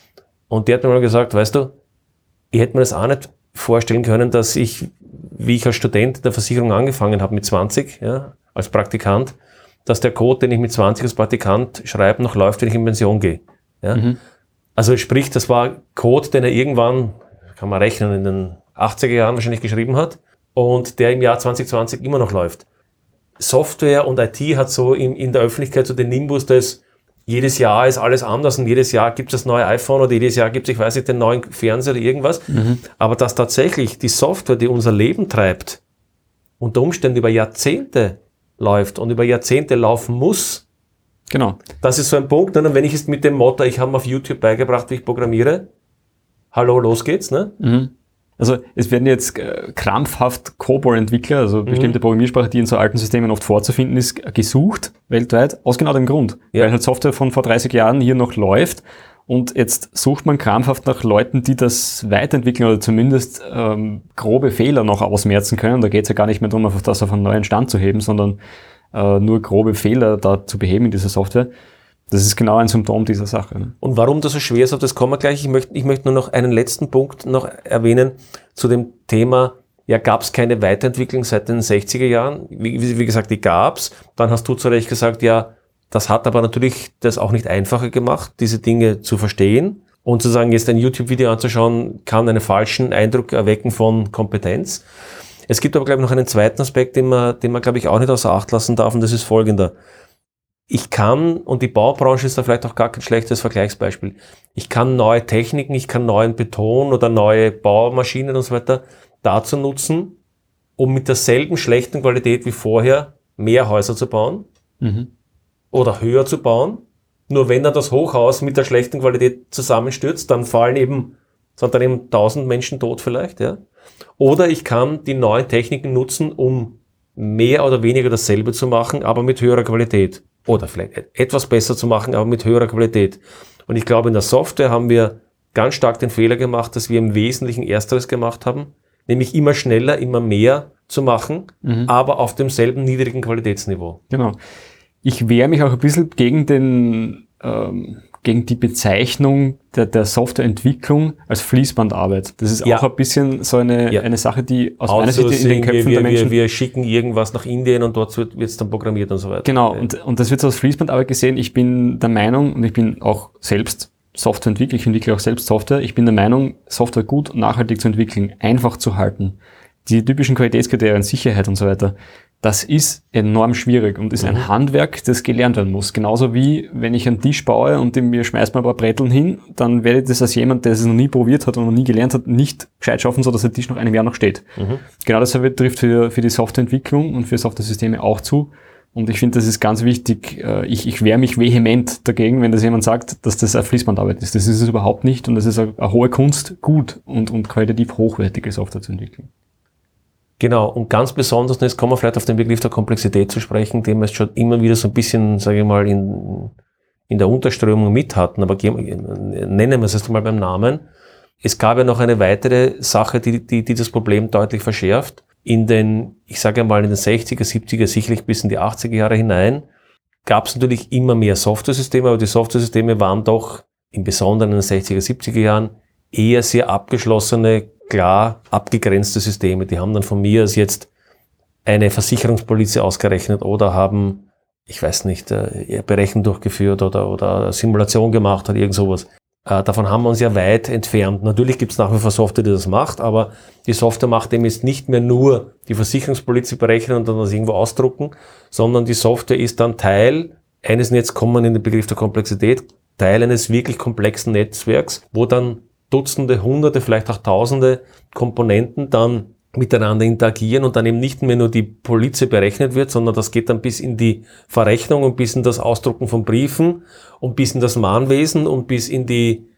[SPEAKER 2] Und der hat mir mal gesagt, weißt du, ich hätte mir das auch nicht vorstellen können, dass ich, wie ich als Student in der Versicherung angefangen habe mit zwanzig, ja, als Praktikant, dass der Code, den ich mit zwanzig als Praktikant schreibe, noch läuft, wenn ich in Pension gehe. Ja. Mhm. Also sprich, das war Code, den er irgendwann, kann man rechnen, in den achtziger Jahren wahrscheinlich geschrieben hat und der im Jahr zwanzig zwanzig immer noch läuft. Software und I T hat so in, in der Öffentlichkeit so den Nimbus, dass jedes Jahr ist alles anders und jedes Jahr gibt es das neue iPhone oder jedes Jahr gibt es, ich weiß nicht, den neuen Fernseher oder irgendwas. Mhm. Aber dass tatsächlich die Software, die unser Leben treibt, unter Umständen über Jahrzehnte läuft und über Jahrzehnte laufen muss.
[SPEAKER 3] Genau.
[SPEAKER 2] Das ist so ein Punkt. Und wenn ich jetzt mit dem Motto, ich habe auf YouTube beigebracht, wie ich programmiere, hallo, los geht's, ne?
[SPEAKER 3] Mhm. Also es werden jetzt äh, krampfhaft COBOL-Entwickler, also bestimmte mhm. Programmiersprache, die in so alten Systemen oft vorzufinden ist, gesucht, weltweit, aus genau dem Grund. Ja. Weil halt Software von vor dreißig Jahren hier noch läuft und jetzt sucht man krampfhaft nach Leuten, die das weiterentwickeln oder zumindest ähm, grobe Fehler noch ausmerzen können. Da geht es ja gar nicht mehr darum, einfach das auf einen neuen Stand zu heben, sondern äh, nur grobe Fehler da zu beheben in dieser Software. Das ist genau ein Symptom dieser Sache. Ne?
[SPEAKER 2] Und warum das so schwer ist, auf das kommen wir gleich. Ich möchte, ich möchte nur noch einen letzten Punkt noch erwähnen zu dem Thema, ja, gab es keine Weiterentwicklung seit den sechziger Jahren? Wie, wie gesagt, die gab's. Dann hast du zu Recht gesagt, ja, das hat aber natürlich das auch nicht einfacher gemacht, diese Dinge zu verstehen. Und zu sagen, jetzt ein YouTube-Video anzuschauen, kann einen falschen Eindruck erwecken von Kompetenz. Es gibt aber, glaube ich, noch einen zweiten Aspekt, den man, den man, glaube ich, auch nicht außer Acht lassen darf, und das ist folgender. Ich kann, und die Baubranche ist da vielleicht auch gar kein schlechtes Vergleichsbeispiel, ich kann neue Techniken, ich kann neuen Beton oder neue Baumaschinen und so weiter dazu nutzen, um mit derselben schlechten Qualität wie vorher mehr Häuser zu bauen mhm. oder höher zu bauen. Nur wenn dann das Hochhaus mit der schlechten Qualität zusammenstürzt, dann fallen eben, sind dann eben tausend Menschen tot vielleicht, ja. Oder ich kann die neuen Techniken nutzen, um mehr oder weniger dasselbe zu machen, aber mit höherer Qualität. Oder vielleicht etwas besser zu machen, aber mit höherer Qualität. Und ich glaube, in der Software haben wir ganz stark den Fehler gemacht, dass wir im Wesentlichen Ersteres gemacht haben, nämlich immer schneller, immer mehr zu machen, mhm. aber auf demselben niedrigen Qualitätsniveau.
[SPEAKER 3] Genau. Ich wehre mich auch ein bisschen gegen den, ähm, gegen die Bezeichnung der, der Softwareentwicklung als Fließbandarbeit. Das ist ja. auch ein bisschen so eine, ja. eine Sache, die aus meiner Sicht in den Köpfen
[SPEAKER 2] wir,
[SPEAKER 3] der Menschen...
[SPEAKER 2] Wir, wir schicken irgendwas nach Indien und dort wird es dann programmiert und so weiter.
[SPEAKER 3] Genau, ja. und, und das wird so als Fließbandarbeit gesehen. Ich bin der Meinung, und ich bin auch selbst Softwareentwickler, ich entwickle auch selbst Software, ich bin der Meinung, Software gut und nachhaltig zu entwickeln, einfach zu halten. Die typischen Qualitätskriterien, Sicherheit und so weiter, das ist enorm schwierig und ist mhm. ein Handwerk, das gelernt werden muss. Genauso wie, wenn ich einen Tisch baue und mir schmeißt man ein paar Bretteln hin, dann werde ich das als jemand, der es noch nie probiert hat und noch nie gelernt hat, nicht gescheit schaffen, so dass der Tisch nach einem Jahr noch steht. Mhm. Genau dasselbe trifft für, für die Softwareentwicklung und für Softwaresysteme auch zu. Und ich finde, das ist ganz wichtig. Ich, ich wehre mich vehement dagegen, wenn das jemand sagt, dass das eine Fließbandarbeit ist. Das ist es überhaupt nicht und das ist eine, eine hohe Kunst, gut und, und qualitativ hochwertige Software zu entwickeln.
[SPEAKER 2] Genau, und ganz besonders, und jetzt kommen wir vielleicht auf den Begriff der Komplexität zu sprechen, den wir jetzt schon immer wieder so ein bisschen, sage ich mal, in, in der Unterströmung mit hatten, aber nennen wir es erst mal beim Namen. Es gab ja noch eine weitere Sache, die, die, die das Problem deutlich verschärft. In den, ich sage mal, in den sechziger, siebziger, sicherlich bis in die achtziger Jahre hinein, gab es natürlich immer mehr Softwaresysteme, aber die Softwaresysteme waren doch im Besonderen in den sechziger, siebziger Jahren eher sehr abgeschlossene, klar abgegrenzte Systeme. Die haben dann von mir als jetzt eine Versicherungspolizei ausgerechnet oder haben, ich weiß nicht, Berechnung durchgeführt oder, oder Simulation gemacht oder irgend sowas. Äh, davon haben wir uns ja weit entfernt. Natürlich gibt es nach wie vor Software, die das macht, aber die Software macht eben jetzt nicht mehr nur die Versicherungspolizei berechnen und dann das irgendwo ausdrucken, sondern die Software ist dann Teil eines, und jetzt kommen wir in den Begriff der Komplexität, Teil eines wirklich komplexen Netzwerks, wo dann Dutzende, Hunderte, vielleicht auch Tausende Komponenten dann miteinander interagieren und dann eben nicht mehr nur die Polizei berechnet wird, sondern das geht dann bis in die Verrechnung und bis in das Ausdrucken von Briefen und bis in das Mahnwesen und bis in die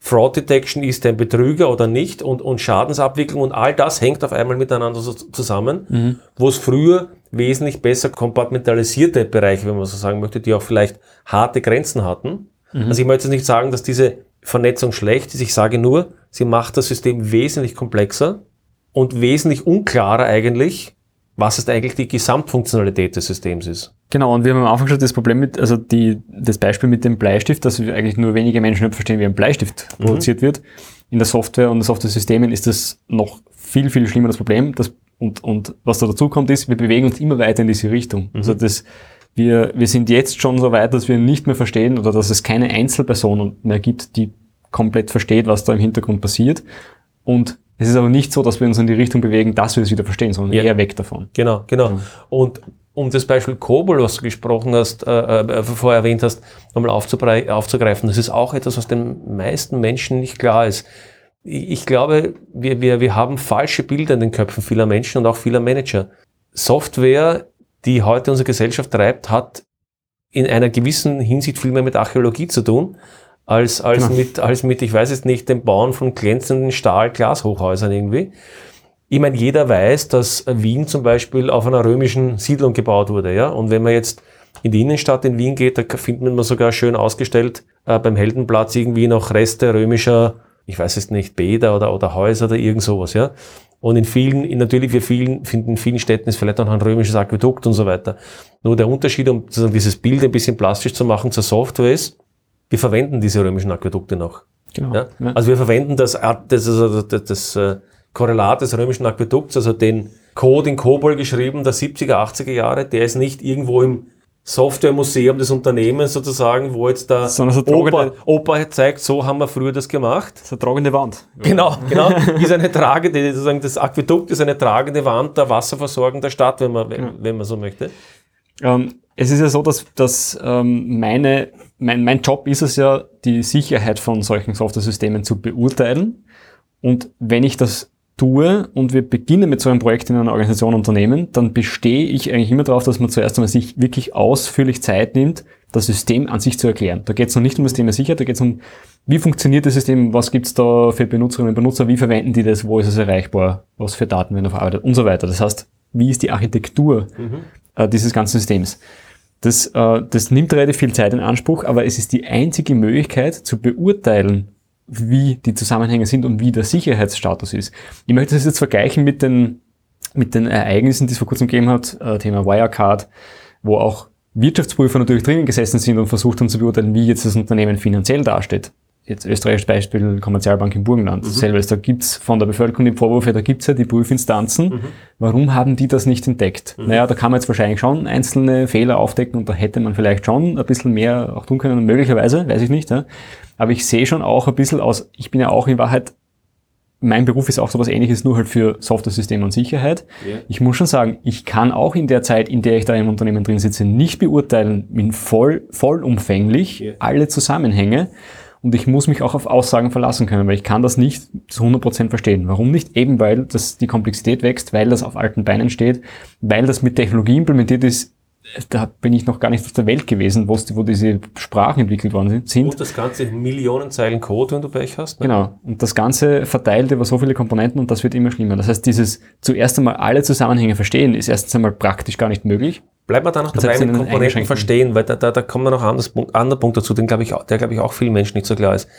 [SPEAKER 2] Fraud Detection ist ein Betrüger oder nicht und, und Schadensabwicklung und all das hängt auf einmal miteinander so zusammen, mhm. wo es früher wesentlich besser kompartmentalisierte Bereiche, wenn man so sagen möchte, die auch vielleicht harte Grenzen hatten. Mhm. Also ich möchte jetzt nicht sagen, dass diese Vernetzung schlecht ist, ich sage nur, sie macht das System wesentlich komplexer und wesentlich unklarer eigentlich, was ist eigentlich die Gesamtfunktionalität des Systems ist.
[SPEAKER 3] Genau, und wir haben am Anfang schon das Problem mit, also die, das Beispiel mit dem Bleistift, dass wir eigentlich nur wenige Menschen nicht verstehen, wie ein Bleistift mhm. produziert wird. In der Software und Software-Systemen ist das noch viel, viel schlimmer das Problem. Das, und, und was da dazu kommt, ist, wir bewegen uns immer weiter in diese Richtung. Mhm. Also das, wir, wir sind jetzt schon so weit, dass wir nicht mehr verstehen oder dass es keine Einzelperson mehr gibt, die komplett versteht, was da im Hintergrund passiert. Und es ist aber nicht so, dass wir uns in die Richtung bewegen, dass wir es wieder verstehen, sondern ja. eher weg davon.
[SPEAKER 2] Genau, genau. Ja. Und um das Beispiel COBOL, was du gesprochen hast, äh, äh, vorher erwähnt hast, nochmal aufzugreifen, das ist auch etwas, was den meisten Menschen nicht klar ist. Ich, ich glaube, wir, wir, wir haben falsche Bilder in den Köpfen vieler Menschen und auch vieler Manager. Software, die heute unsere Gesellschaft treibt, hat in einer gewissen Hinsicht viel mehr mit Archäologie zu tun, als, als genau. mit, als mit, ich weiß jetzt nicht, dem Bauen von glänzenden Stahl-Glashochhäusern irgendwie. Ich meine, jeder weiß, dass Wien zum Beispiel auf einer römischen Siedlung gebaut wurde, ja. Und wenn man jetzt in die Innenstadt in Wien geht, da findet man sogar schön ausgestellt äh, beim Heldenplatz irgendwie noch Reste römischer, ich weiß jetzt nicht, Bäder oder, oder Häuser oder irgend sowas, ja. Und in vielen, in natürlich für vielen, finden in vielen Städten ist vielleicht auch ein römisches Aquädukt und so weiter. Nur der Unterschied, um sozusagen dieses Bild ein bisschen plastisch zu machen zur Software ist, wir verwenden diese römischen Aquädukte noch. Genau. Ja? Ja. Also wir verwenden das, das, das, das, das äh, Korrelat des römischen Aquädukts, also den Code in COBOL geschrieben der siebziger, achtziger Jahre, der ist nicht irgendwo im Softwaremuseum des Unternehmens sozusagen, wo jetzt der so Opa, Opa zeigt, so haben wir früher das gemacht. Das ist eine tragende Wand. Genau, genau. Ist eine tragende, sozusagen das Aquädukt ist eine tragende Wand der Wasserversorgung der Stadt, wenn man, ja. wenn man so möchte.
[SPEAKER 3] Ähm, es ist ja so, dass, dass ähm, meine, mein, mein Job ist es ja, die Sicherheit von solchen Software-Systemen zu beurteilen. Und wenn ich das tue und wir beginnen mit so einem Projekt in einer Organisation, Unternehmen, dann bestehe ich eigentlich immer darauf, dass man zuerst einmal sich wirklich ausführlich Zeit nimmt, das System an sich zu erklären. Da geht es noch nicht um das Thema Sicherheit, da geht es um, wie funktioniert das System, was gibt es da für Benutzerinnen und Benutzer, wie verwenden die das, wo ist es erreichbar, was für Daten werden verarbeitet und so weiter. Das heißt, wie ist die Architektur mhm. äh, dieses ganzen Systems? Das, äh, das nimmt relativ viel Zeit in Anspruch, aber es ist die einzige Möglichkeit zu beurteilen, wie die Zusammenhänge sind und wie der Sicherheitsstatus ist. Ich möchte das jetzt vergleichen mit den, mit den Ereignissen, die es vor kurzem gegeben hat, äh, Thema Wirecard, wo auch Wirtschaftsprüfer natürlich drinnen gesessen sind und versucht haben zu beurteilen, wie jetzt das Unternehmen finanziell dasteht. Jetzt österreichisches Beispiel, Kommerzialbank im Burgenland. Mhm. Selbes, da gibt's von der Bevölkerung den Vorwurf, ja, da gibt's ja die Prüfinstanzen. Mhm. Warum haben die das nicht entdeckt? Mhm. Naja, da kann man jetzt wahrscheinlich schon einzelne Fehler aufdecken und da hätte man vielleicht schon ein bisschen mehr auch tun können, möglicherweise, weiß ich nicht. Ja. Aber ich sehe schon auch ein bisschen aus, ich bin ja auch in Wahrheit, mein Beruf ist auch so was Ähnliches, nur halt für Software-Systeme und Sicherheit. Yeah. Ich muss schon sagen, ich kann auch in der Zeit, in der ich da im Unternehmen drin sitze, nicht beurteilen, in voll, vollumfänglich yeah. alle Zusammenhänge. Und ich muss mich auch auf Aussagen verlassen können, weil ich kann das nicht zu hundert Prozent verstehen. Warum nicht? Eben weil das die Komplexität wächst, weil das auf alten Beinen steht, weil das mit Technologie implementiert ist. Da bin ich noch gar nicht auf der Welt gewesen, wo diese Sprachen entwickelt worden sind.
[SPEAKER 2] Und das Ganze in Millionen Zeilen Code, wenn du Pech hast. Ne?
[SPEAKER 3] Genau. Und das Ganze verteilt über so viele Komponenten und das wird immer schlimmer. Das heißt, dieses zuerst einmal alle Zusammenhänge verstehen, ist erstens einmal praktisch gar nicht möglich.
[SPEAKER 2] Bleiben wir da noch dabei mit Komponenten verstehen, weil da, da, da kommt noch ein anderer Punkt dazu, den glaube ich, der glaube ich auch vielen Menschen nicht so klar ist.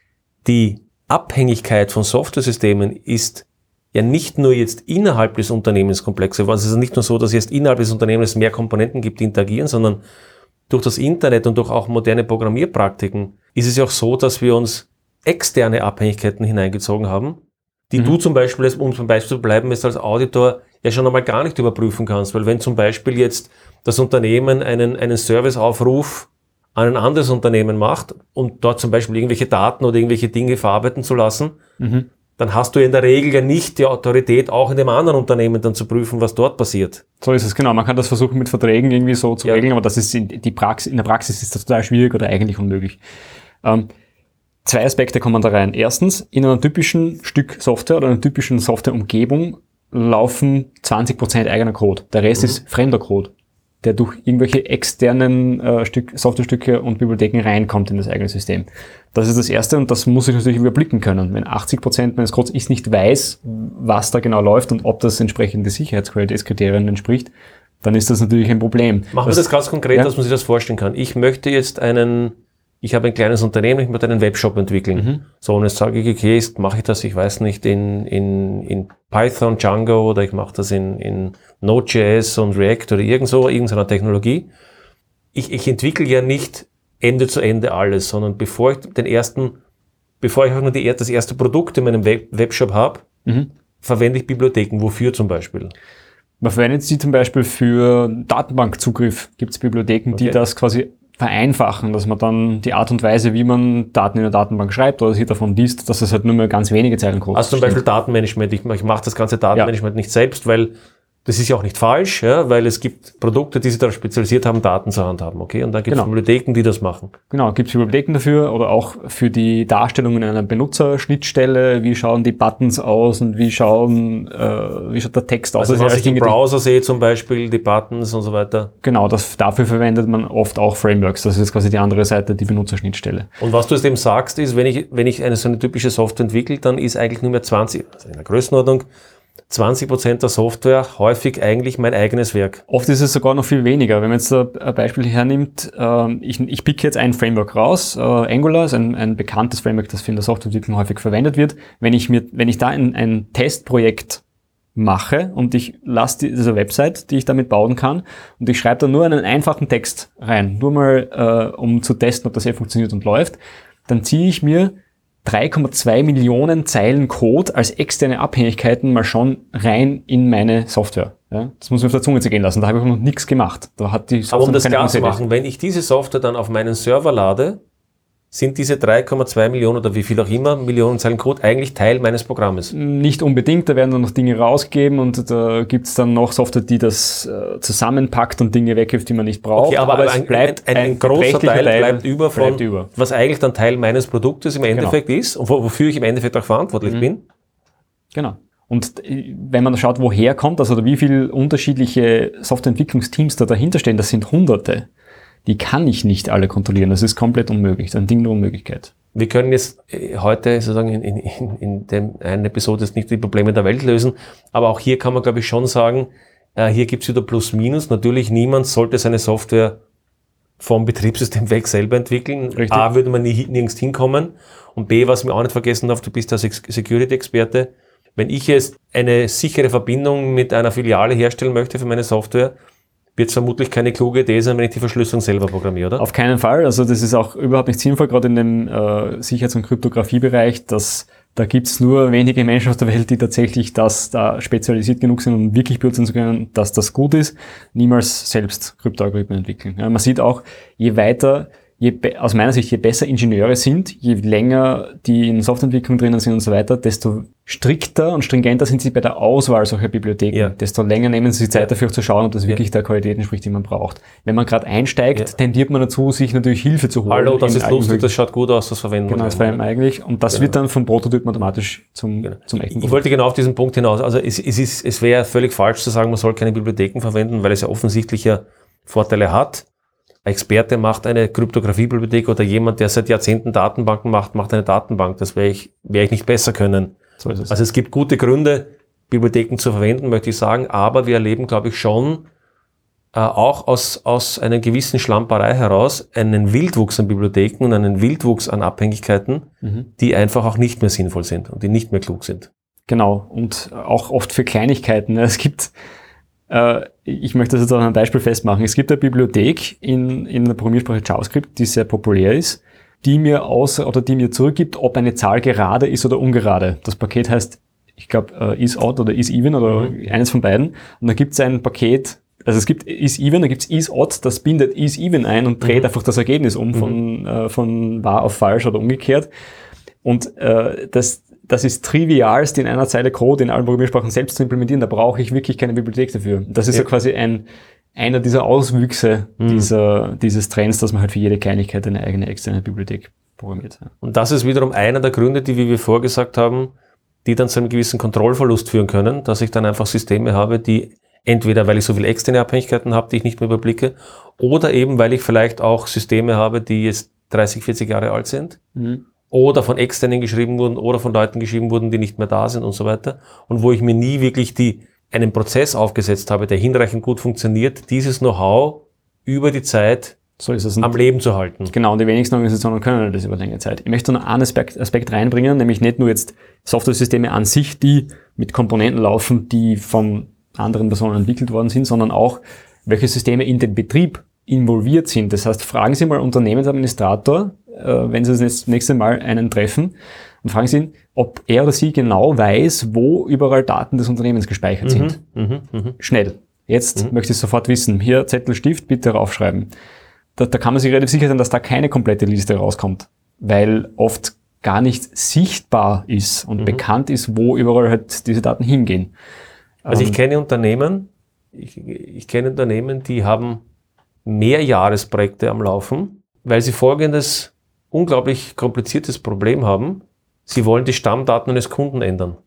[SPEAKER 2] Die Abhängigkeit von Softwaresystemen ist ja nicht nur jetzt innerhalb des Unternehmens komplex. Also es ist nicht nur so, dass jetzt innerhalb des Unternehmens mehr Komponenten gibt, die interagieren, sondern durch das Internet und durch auch moderne Programmierpraktiken ist es ja auch so, dass wir uns externe Abhängigkeiten hineingezogen haben, die mhm. du zum Beispiel, um zum Beispiel zu bleiben, jetzt als Auditor ja schon einmal gar nicht überprüfen kannst. Weil wenn zum Beispiel jetzt das Unternehmen einen, einen Serviceaufruf an ein anderes Unternehmen macht, um dort zum Beispiel irgendwelche Daten oder irgendwelche Dinge verarbeiten zu lassen, mhm. dann hast du in der Regel ja nicht die Autorität, auch in dem anderen Unternehmen dann zu prüfen, was dort passiert.
[SPEAKER 3] So ist es, genau. Man kann das versuchen mit Verträgen irgendwie so zu ja. regeln, aber das ist in, die Praxis, in der Praxis ist das total schwierig oder eigentlich unmöglich. Ähm, zwei Aspekte kommen da rein. Erstens, in einem typischen Stück Software oder einer typischen Softwareumgebung laufen zwanzig Prozent eigener Code. Der Rest mhm. ist fremder Code. der durch irgendwelche externen äh, Stück, Softwarestücke und Bibliotheken reinkommt in das eigene System. Das ist das Erste und das muss ich natürlich überblicken können. Wenn achtzig Prozent meines Codes ich nicht weiß, was da genau läuft und ob das entsprechende Sicherheitsqualitätskriterien entspricht, dann ist das natürlich ein Problem.
[SPEAKER 2] Machen wir das ganz konkret, ja, dass man sich das vorstellen kann. Ich möchte jetzt einen, ich habe ein kleines Unternehmen, ich möchte einen Webshop entwickeln. Mhm. So, und jetzt sage ich, okay, jetzt mache ich das, ich weiß nicht, in, in, in Python, Django oder ich mache das in, in Node.js und React oder irgend so, irgendeiner Technologie. Ich, ich entwickle ja nicht Ende zu Ende alles, sondern bevor ich den ersten, bevor ich auch nur die, das erste Produkt in meinem Web, Webshop habe, mhm. verwende ich Bibliotheken. Wofür zum Beispiel?
[SPEAKER 3] Man verwendet sie zum Beispiel für Datenbankzugriff. Gibt es Bibliotheken, okay. die das quasi vereinfachen, dass man dann die Art und Weise, wie man Daten in der Datenbank schreibt oder sich davon liest, dass es halt nur mehr ganz wenige Zeilen Code
[SPEAKER 2] Also zum Beispiel Datenmanagement. Ich, ich mache das ganze Datenmanagement ja. nicht selbst, weil das ist ja auch nicht falsch, ja, weil es gibt Produkte, die sich darauf spezialisiert haben, Daten zur Hand haben, okay? Und dann gibt es genau. Bibliotheken, die das machen.
[SPEAKER 3] Genau, gibt es Bibliotheken dafür oder auch für die Darstellung in einer Benutzerschnittstelle. Wie schauen die Buttons aus und wie schauen, äh, wie schaut der Text aus?
[SPEAKER 2] Also was ich im Browser sehe zum Beispiel, die Buttons und so weiter.
[SPEAKER 3] Genau, das, dafür verwendet man oft auch Frameworks. Das ist jetzt quasi die andere Seite, die Benutzerschnittstelle.
[SPEAKER 2] Und was du jetzt eben sagst, ist, wenn ich, wenn ich eine so eine typische Software entwickle, dann ist eigentlich nur mehr zwanzig, also in der Größenordnung, zwanzig Prozent der Software häufig eigentlich mein eigenes Werk.
[SPEAKER 3] Oft ist es sogar noch viel weniger. Wenn man jetzt ein Beispiel hernimmt, ich, ich picke jetzt ein Framework raus. Angular ist ein, ein bekanntes Framework, das in der Softwareentwicklung häufig verwendet wird. Wenn ich mir, wenn ich da ein, ein Testprojekt mache und ich lasse diese Website, die ich damit bauen kann, und ich schreibe da nur einen einfachen Text rein, nur mal äh, um zu testen, ob das hier funktioniert und läuft, dann ziehe ich mir drei Komma zwei Millionen Zeilen Code als externe Abhängigkeiten mal schon rein in meine Software. Ja, das muss man auf der Zunge zergehen lassen. Da habe ich noch nichts gemacht. Da hat die Software
[SPEAKER 2] Aber um das klar zu machen, wenn ich diese Software dann auf meinen Server lade, sind diese drei Komma zwei Millionen oder wie viel auch immer Millionen Zeilen Code eigentlich Teil meines Programmes?
[SPEAKER 3] Nicht unbedingt, da werden dann noch Dinge rausgegeben und da gibt's dann noch Software, die das äh, zusammenpackt und Dinge weghilft, die man nicht braucht.
[SPEAKER 2] Okay, aber, aber es ein, bleibt ein, ein, ein großer Teil, Teil bleibt über von, bleibt über. Was eigentlich dann Teil meines Produktes im Endeffekt genau. ist und wofür ich im Endeffekt auch verantwortlich mhm. bin.
[SPEAKER 3] Genau. Und wenn man schaut, woher kommt das oder wie viele unterschiedliche Softwareentwicklungsteams da dahinter stehen, das sind Hunderte. Die kann ich nicht alle kontrollieren. Das ist komplett unmöglich. Das ist ein Ding der Unmöglichkeit.
[SPEAKER 2] Wir können jetzt heute sozusagen in, in, in dem einen Episode jetzt nicht die Probleme der Welt lösen, aber auch hier kann man, glaube ich, schon sagen, äh, hier gibt's wieder Plus-Minus. Natürlich, niemand sollte seine Software vom Betriebssystem weg selber entwickeln. Richtig. A, würde man nie, nirgends hinkommen. Und B, was mir auch nicht vergessen darf, du bist der Security-Experte. Wenn ich jetzt eine sichere Verbindung mit einer Filiale herstellen möchte für meine Software, wird es vermutlich keine kluge Idee sein, wenn ich die Verschlüsselung selber programmiere, oder?
[SPEAKER 3] Auf keinen Fall. Also das ist auch überhaupt nicht sinnvoll, gerade in dem äh, Sicherheits- und Kryptografiebereich, dass da gibt's nur wenige Menschen auf der Welt, die tatsächlich das da spezialisiert genug sind, um wirklich beurteilen zu können, dass das gut ist. Niemals selbst Kryptoalgorithmen entwickeln. Ja, man sieht auch, je weiter, je be- aus meiner Sicht, je besser Ingenieure sind, je länger die in Softwareentwicklung drinnen sind und so weiter, desto strikter und stringenter sind sie bei der Auswahl solcher Bibliotheken. Ja. Desto länger nehmen sie sich Zeit dafür zu schauen, ob das wirklich ja. der Qualität entspricht, die man braucht. Wenn man gerade einsteigt, ja. tendiert man dazu, sich natürlich Hilfe zu holen.
[SPEAKER 2] Hallo, das ist lustig, das schaut gut aus, das verwenden wir.
[SPEAKER 3] Genau, das war eigentlich. Und das genau. wird dann vom Prototypen automatisch zum, genau. zum echten.
[SPEAKER 2] Ich wollte genau auf diesen Punkt hinaus. Also es, es, ist, es wäre völlig falsch zu sagen, man soll keine Bibliotheken verwenden, weil es ja offensichtlich ja Vorteile hat. Ein Experte macht eine Kryptografiebibliothek oder jemand, der seit Jahrzehnten Datenbanken macht, macht eine Datenbank. Das wäre ich, wäre ich nicht besser können. So ist es. Also es gibt gute Gründe, Bibliotheken zu verwenden, möchte ich sagen, aber wir erleben, glaube ich, schon äh, auch aus, aus einer gewissen Schlamperei heraus einen Wildwuchs an Bibliotheken und einen Wildwuchs an Abhängigkeiten, mhm. die einfach auch nicht mehr sinnvoll sind und die nicht mehr klug sind.
[SPEAKER 3] Genau, und auch oft für Kleinigkeiten. Es gibt, äh, ich möchte das jetzt an einem Beispiel festmachen, es gibt eine Bibliothek in, in der Programmiersprache JavaScript, die sehr populär ist, die mir aus oder die mir zurückgibt, ob eine Zahl gerade ist oder ungerade. Das Paket heißt, ich glaube, uh, is-odd oder is-even oder mhm. eines von beiden. Und da gibt es ein Paket, also es gibt is-even, da gibt es is-odd, das bindet is-even ein und dreht mhm. einfach das Ergebnis um, mhm. von, äh, von wahr auf falsch oder umgekehrt. Und äh, das, das ist trivialst in einer Zeile Code in allen Programmiersprachen selbst zu implementieren. Da brauche ich wirklich keine Bibliothek dafür. Das ist ja, ja quasi ein einer dieser Auswüchse mhm. dieser, dieses Trends, dass man halt für jede Kleinigkeit eine eigene externe Bibliothek programmiert.
[SPEAKER 2] Und das ist wiederum einer der Gründe, die, wie wir vorgesagt haben, die dann zu einem gewissen Kontrollverlust führen können, dass ich dann einfach Systeme habe, die Entweder weil ich so viele externe Abhängigkeiten habe, die ich nicht mehr überblicke, oder eben weil ich vielleicht auch Systeme habe, die jetzt dreißig, vierzig Jahre alt sind, mhm. oder von externen geschrieben wurden oder von Leuten geschrieben wurden, die nicht mehr da sind und so weiter. Und wo ich mir nie wirklich die, einen Prozess aufgesetzt habe, der hinreichend gut funktioniert, dieses Know-how über die Zeit
[SPEAKER 3] so ist es
[SPEAKER 2] am Leben zu halten.
[SPEAKER 3] Genau, und die wenigsten Organisationen können das über längere Zeit. Ich möchte noch einen Aspekt, Aspekt reinbringen, nämlich nicht nur jetzt Software-Systeme an sich, die mit Komponenten laufen, die von anderen Personen entwickelt worden sind, sondern auch, welche Systeme in den Betrieb involviert sind. Das heißt, fragen Sie mal Unternehmensadministrator, äh, wenn Sie das nächste Mal einen treffen, und fragen Sie ihn, ob er oder sie genau weiß, wo überall Daten des Unternehmens gespeichert
[SPEAKER 2] mhm,
[SPEAKER 3] sind.
[SPEAKER 2] Mhm, mh.
[SPEAKER 3] Schnell. Jetzt
[SPEAKER 2] Mhm.
[SPEAKER 3] möchte ich sofort wissen. Hier, Zettel, Stift, bitte raufschreiben. Da, da kann man sich relativ sicher sein, dass da keine komplette Liste rauskommt, weil oft gar nicht sichtbar ist und mhm. bekannt ist, wo überall halt diese Daten hingehen.
[SPEAKER 2] Also
[SPEAKER 3] ähm,
[SPEAKER 2] ich kenne Unternehmen, ich, ich kenne Unternehmen, die haben Mehrjahresprojekte am Laufen, weil sie folgendes unglaublich kompliziertes Problem haben. Sie wollen die Stammdaten eines Kunden ändern.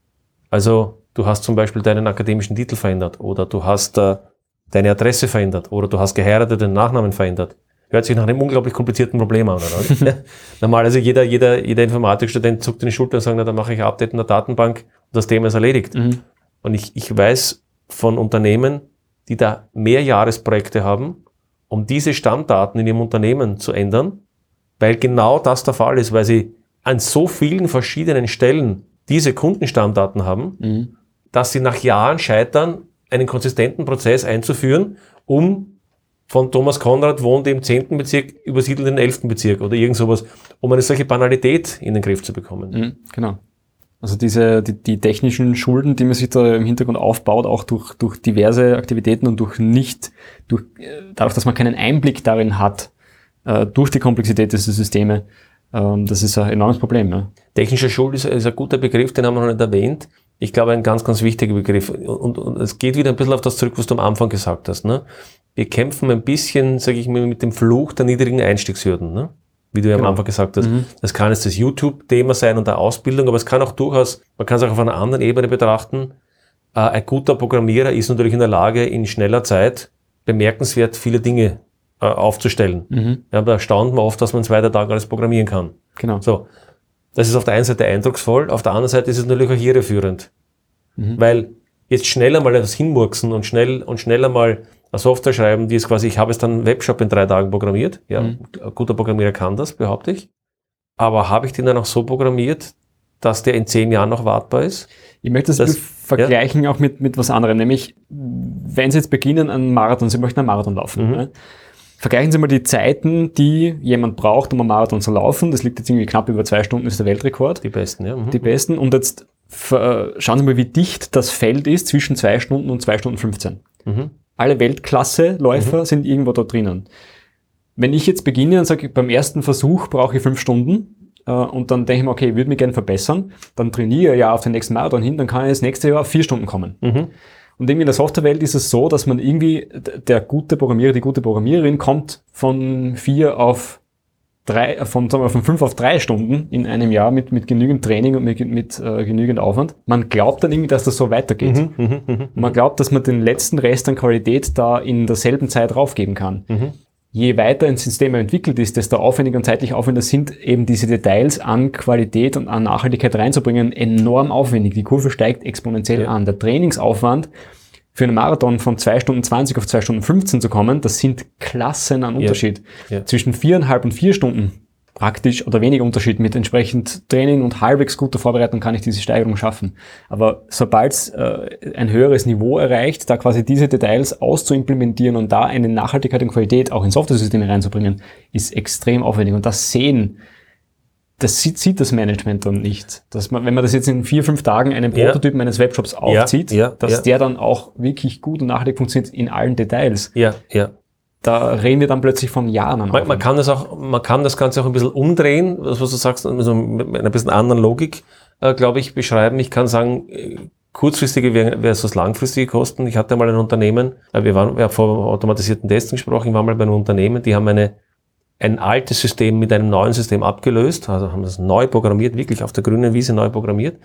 [SPEAKER 2] Also du hast zum Beispiel deinen akademischen Titel verändert oder du hast äh, deine Adresse verändert oder du hast geheiratet, den Nachnamen verändert. Hört sich nach einem unglaublich komplizierten Problem an, oder? Normal, also jeder, jeder, jeder Informatikstudent zuckt in die Schulter und sagt, na, dann mache ich ein Update in der Datenbank und das Thema ist erledigt. Mhm. Und ich, ich weiß von Unternehmen, die da Mehrjahresprojekte haben, um diese Stammdaten in ihrem Unternehmen zu ändern, weil genau das der Fall ist, weil sie an so vielen verschiedenen Stellen diese Kundenstammdaten haben, mhm. dass sie nach Jahren scheitern, einen konsistenten Prozess einzuführen, um von Thomas Konrad wohnt im zehnten Bezirk, übersiedelt in den elften Bezirk oder irgend sowas, um eine solche Banalität in den Griff zu bekommen.
[SPEAKER 3] Mhm, genau. Also diese, die, die technischen Schulden, die man sich da im Hintergrund aufbaut, auch durch, durch diverse Aktivitäten und durch nicht, durch, dadurch, dass man keinen Einblick darin hat, äh, durch die Komplexität dieser Systeme, ähm, das ist ein enormes Problem. Ja.
[SPEAKER 2] Technische Schuld ist, ist ein guter Begriff, den haben wir noch nicht erwähnt. Ich glaube, ein ganz, ganz wichtiger Begriff. Und, und es geht wieder ein bisschen auf das zurück, was du am Anfang gesagt hast. Ne? Wir kämpfen ein bisschen, sage ich mal, mit dem Fluch der niedrigen Einstiegshürden. Ne? Wie du ja genau. am Anfang gesagt hast. Mhm. Das kann jetzt das YouTube-Thema sein und der Ausbildung, aber es kann auch durchaus, man kann es auch auf einer anderen Ebene betrachten. Äh, ein guter Programmierer ist natürlich in der Lage, in schneller Zeit bemerkenswert viele Dinge äh, aufzustellen. Mhm. Ja, da erstaunt man oft, dass man in zwei Tagen alles programmieren kann.
[SPEAKER 3] Genau.
[SPEAKER 2] So. Das ist auf der einen Seite eindrucksvoll, auf der anderen Seite ist es natürlich auch irreführend. Mhm. Weil jetzt schneller mal etwas hinmurksen und schnell und schneller mal eine Software schreiben, die ist quasi, ich habe es dann einen Webshop in drei Tagen programmiert. Ja, mhm. ein guter Programmierer kann das, behaupte ich. Aber habe ich den dann auch so programmiert, dass der in zehn Jahren noch wartbar ist?
[SPEAKER 3] Ich möchte das, das vergleichen ja. auch mit, mit was anderem, nämlich, wenn Sie jetzt beginnen, einen Marathon, Sie möchten einen Marathon laufen, mhm. ne? Vergleichen Sie mal die Zeiten, die jemand braucht, um einen Marathon zu laufen. Das liegt jetzt irgendwie knapp über zwei Stunden, ist der Weltrekord.
[SPEAKER 2] Die besten, ja. Mhm.
[SPEAKER 3] Die besten. Und jetzt äh, schauen Sie mal, wie dicht das Feld ist zwischen zwei Stunden und zwei Stunden fünfzehn. Mhm. Alle Weltklasse-Läufer mhm. sind irgendwo da drinnen. Wenn ich jetzt beginne und sage, beim ersten Versuch brauche ich fünf Stunden äh, und dann denke ich mir, okay, ich würde mich gerne verbessern, dann trainiere ich ja auf den nächsten Marathon hin, dann kann ich das nächste Jahr auf vier Stunden kommen. Mhm. Und irgendwie in der Softwarewelt ist es so, dass man irgendwie, der gute Programmierer, die gute Programmiererin kommt von vier auf drei, von, sagen wir, von fünf auf drei Stunden in einem Jahr mit, mit genügend Training und mit, mit äh, genügend Aufwand. Man glaubt dann irgendwie, dass das so weitergeht. Mhm, mh, mh, man glaubt, dass man den letzten Rest an Qualität da in derselben Zeit raufgeben kann. Mhm. Je weiter ein System entwickelt ist, desto aufwendiger und zeitlich aufwendiger sind eben diese Details an Qualität und an Nachhaltigkeit reinzubringen, enorm aufwendig. Die Kurve steigt exponentiell ja. an. Der Trainingsaufwand für einen Marathon von zwei Stunden zwanzig auf zwei Stunden fünfzehn zu kommen, das sind Klassen an Unterschied. Ja. Ja. Zwischen viereinhalb und vier Stunden praktisch oder weniger Unterschied. Mit entsprechend Training und halbwegs guter Vorbereitung kann ich diese Steigerung schaffen. Aber sobald es äh, ein höheres Niveau erreicht, da quasi diese Details auszuimplementieren und da eine Nachhaltigkeit und Qualität auch in Software-Systeme reinzubringen, ist extrem aufwendig. Und das sehen, das sieht, sieht das Management dann nicht. Dass man, wenn man das jetzt in vier, fünf Tagen einen Prototypen ja. eines Webshops aufzieht, ja, ja, dass ja. der dann auch wirklich gut und nachhaltig funktioniert in allen Details.
[SPEAKER 2] Ja, ja.
[SPEAKER 3] Da reden wir dann plötzlich von Jahren an.
[SPEAKER 2] Man, man kann das auch, man kann das Ganze auch ein bisschen umdrehen, was du sagst, also mit einer bisschen anderen Logik, äh, glaube ich, beschreiben. Ich kann sagen, kurzfristige versus langfristige Kosten. Ich hatte mal ein Unternehmen, äh, wir waren, wir haben vor automatisierten Testen gesprochen, ich war mal bei einem Unternehmen, die haben eine, ein altes System mit einem neuen System abgelöst, also haben das neu programmiert, wirklich auf der grünen Wiese neu programmiert.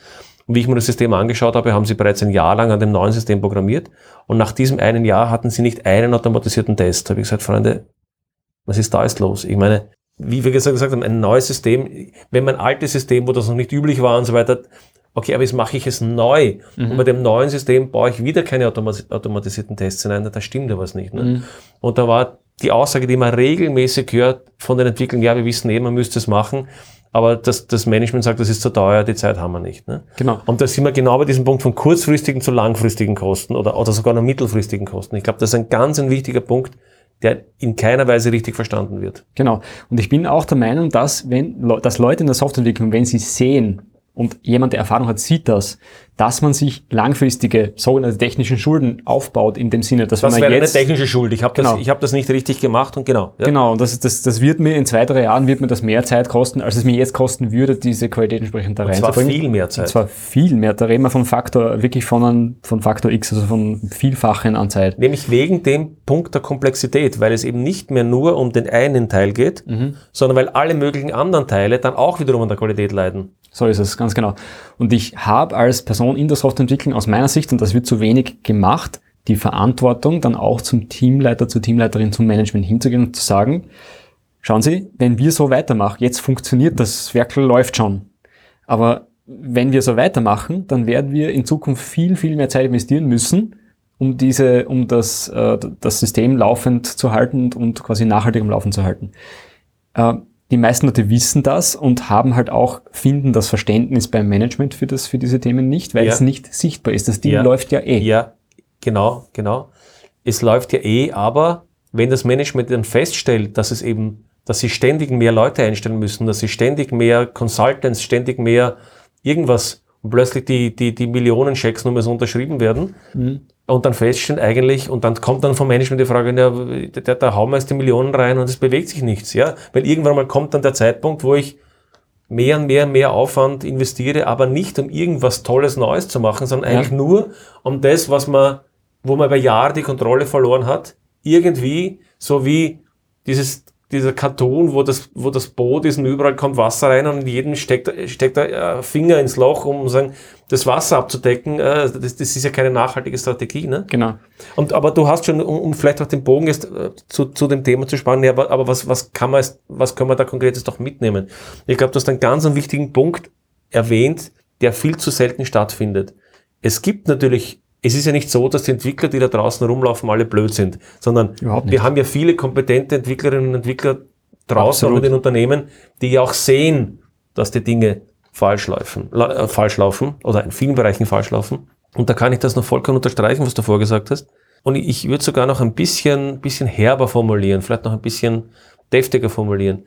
[SPEAKER 2] Und wie ich mir das System angeschaut habe, haben sie bereits ein Jahr lang an dem neuen System programmiert. Und nach diesem einen Jahr hatten sie nicht einen automatisierten Test. Da habe ich gesagt, Freunde, was ist da jetzt los? Ich meine, wie wir gesagt haben, ein neues System, wenn mein altes System, wo das noch nicht üblich war und so weiter, okay, aber jetzt mache ich es neu. Mhm. Und bei dem neuen System baue ich wieder keine automatis- automatisierten Tests hinein, da stimmt ja was nicht. Ne? Mhm. Und da war die Aussage, die man regelmäßig hört von den Entwicklern, ja, wir wissen eh, man müsste es machen, aber das, das Management sagt, das ist zu teuer, die Zeit haben wir nicht. Ne? Genau. Und da sind wir genau bei diesem Punkt von kurzfristigen zu langfristigen Kosten oder, oder sogar noch mittelfristigen Kosten. Ich glaube, das ist ein ganz ein wichtiger Punkt, der in keiner Weise richtig verstanden wird.
[SPEAKER 3] Genau. Und ich bin auch der Meinung, dass wenn dass Leute in der Softwareentwicklung, wenn sie sehen, und jemand, der Erfahrung hat, sieht das, dass man sich langfristige, sogenannte technischen Schulden aufbaut, in dem Sinne, dass
[SPEAKER 2] das
[SPEAKER 3] man
[SPEAKER 2] wäre
[SPEAKER 3] jetzt...
[SPEAKER 2] eine technische Schuld. Ich habe
[SPEAKER 3] genau.
[SPEAKER 2] das, ich hab das nicht richtig gemacht und genau.
[SPEAKER 3] Ja. Genau, und das, das, das wird mir in zwei, drei Jahren wird mir das mehr Zeit kosten, als es mir jetzt kosten würde, diese Qualität entsprechend da reinzubringen.
[SPEAKER 2] Und zwar viel mehr Zeit.
[SPEAKER 3] Und zwar viel mehr. Da reden wir von Faktor, wirklich von, einem, von Faktor X, also von Vielfachen an Zeit.
[SPEAKER 2] Nämlich wegen dem Punkt der Komplexität, weil es eben nicht mehr nur um den einen Teil geht, mhm. sondern weil alle möglichen anderen Teile dann auch wiederum an der Qualität leiden.
[SPEAKER 3] So ist es, ganz genau. Und ich habe als Person in der Softwareentwicklung aus meiner Sicht, und das wird zu wenig gemacht, die Verantwortung dann auch zum Teamleiter, zur Teamleiterin, zum Management hinzugehen und zu sagen, schauen Sie, wenn wir so weitermachen, jetzt funktioniert das, Werkel läuft schon. Aber wenn wir so weitermachen, dann werden wir in Zukunft viel, viel mehr Zeit investieren müssen, um diese, um das, äh, das System laufend zu halten und quasi nachhaltig am Laufen zu halten. Äh, Die meisten Leute wissen das und haben halt auch, finden das Verständnis beim Management für das, für diese Themen nicht, weil ja. es nicht sichtbar ist. Das Ding
[SPEAKER 2] ja.
[SPEAKER 3] läuft ja eh.
[SPEAKER 2] Ja, genau, genau. Es läuft ja eh, aber wenn das Management dann feststellt, dass es eben, dass sie ständig mehr Leute einstellen müssen, dass sie ständig mehr Consultants, ständig mehr irgendwas und plötzlich die, die, die Millionenchecks nur mehr so unterschrieben werden, mhm. und dann feststellen eigentlich, und dann kommt dann vom Management die Frage, ja, da, da hauen wir jetzt die Millionen rein und es bewegt sich nichts, ja, weil irgendwann mal kommt dann der Zeitpunkt, wo ich mehr und mehr und mehr Aufwand investiere, aber nicht um irgendwas Tolles Neues zu machen, sondern ja. eigentlich nur um das, was man, wo man über Jahre die Kontrolle verloren hat, irgendwie, so wie dieses dieser Karton, wo das, wo das Boot ist und überall kommt Wasser rein und in jedem steckt, steckt der Finger ins Loch, um sagen, das Wasser abzudecken. Das, das ist ja keine nachhaltige Strategie, ne?
[SPEAKER 3] Genau.
[SPEAKER 2] Und, aber du hast schon, um, um vielleicht auch den Bogen jetzt zu, zu dem Thema zu spannen, ja, aber, aber was, was kann man, was können wir da konkretes doch mitnehmen? Ich glaube, du hast einen ganz einen wichtigen Punkt erwähnt, der viel zu selten stattfindet. Es gibt natürlich, es ist ja nicht so, dass die Entwickler, die da draußen rumlaufen, alle blöd sind, sondern wir haben ja viele kompetente Entwicklerinnen und Entwickler draußen in den Unternehmen, die ja auch sehen, dass die Dinge falsch laufen, äh, falsch laufen oder in vielen Bereichen falsch laufen. Und da kann ich das noch vollkommen unterstreichen, was du vorgesagt hast. Und ich würde sogar noch ein bisschen, bisschen herber formulieren, vielleicht noch ein bisschen deftiger formulieren.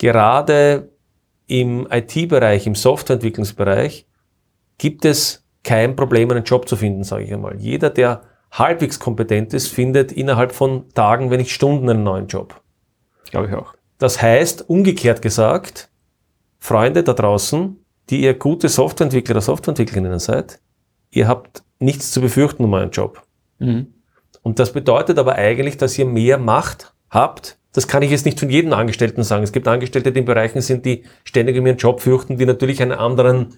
[SPEAKER 2] Gerade im I T-Bereich, im Softwareentwicklungsbereich gibt es kein Problem, einen Job zu finden, sage ich einmal. Jeder, der halbwegs kompetent ist, findet innerhalb von Tagen, wenn nicht Stunden, einen neuen Job.
[SPEAKER 3] Glaube ich auch.
[SPEAKER 2] Das heißt, umgekehrt gesagt, Freunde da draußen, die ihr gute Softwareentwickler oder Softwareentwicklerinnen seid, ihr habt nichts zu befürchten um euren Job. Mhm. Und das bedeutet aber eigentlich, dass ihr mehr Macht habt. Das kann ich jetzt nicht von jedem Angestellten sagen. Es gibt Angestellte, die in Bereichen sind, die ständig um ihren Job fürchten, die natürlich einen anderen,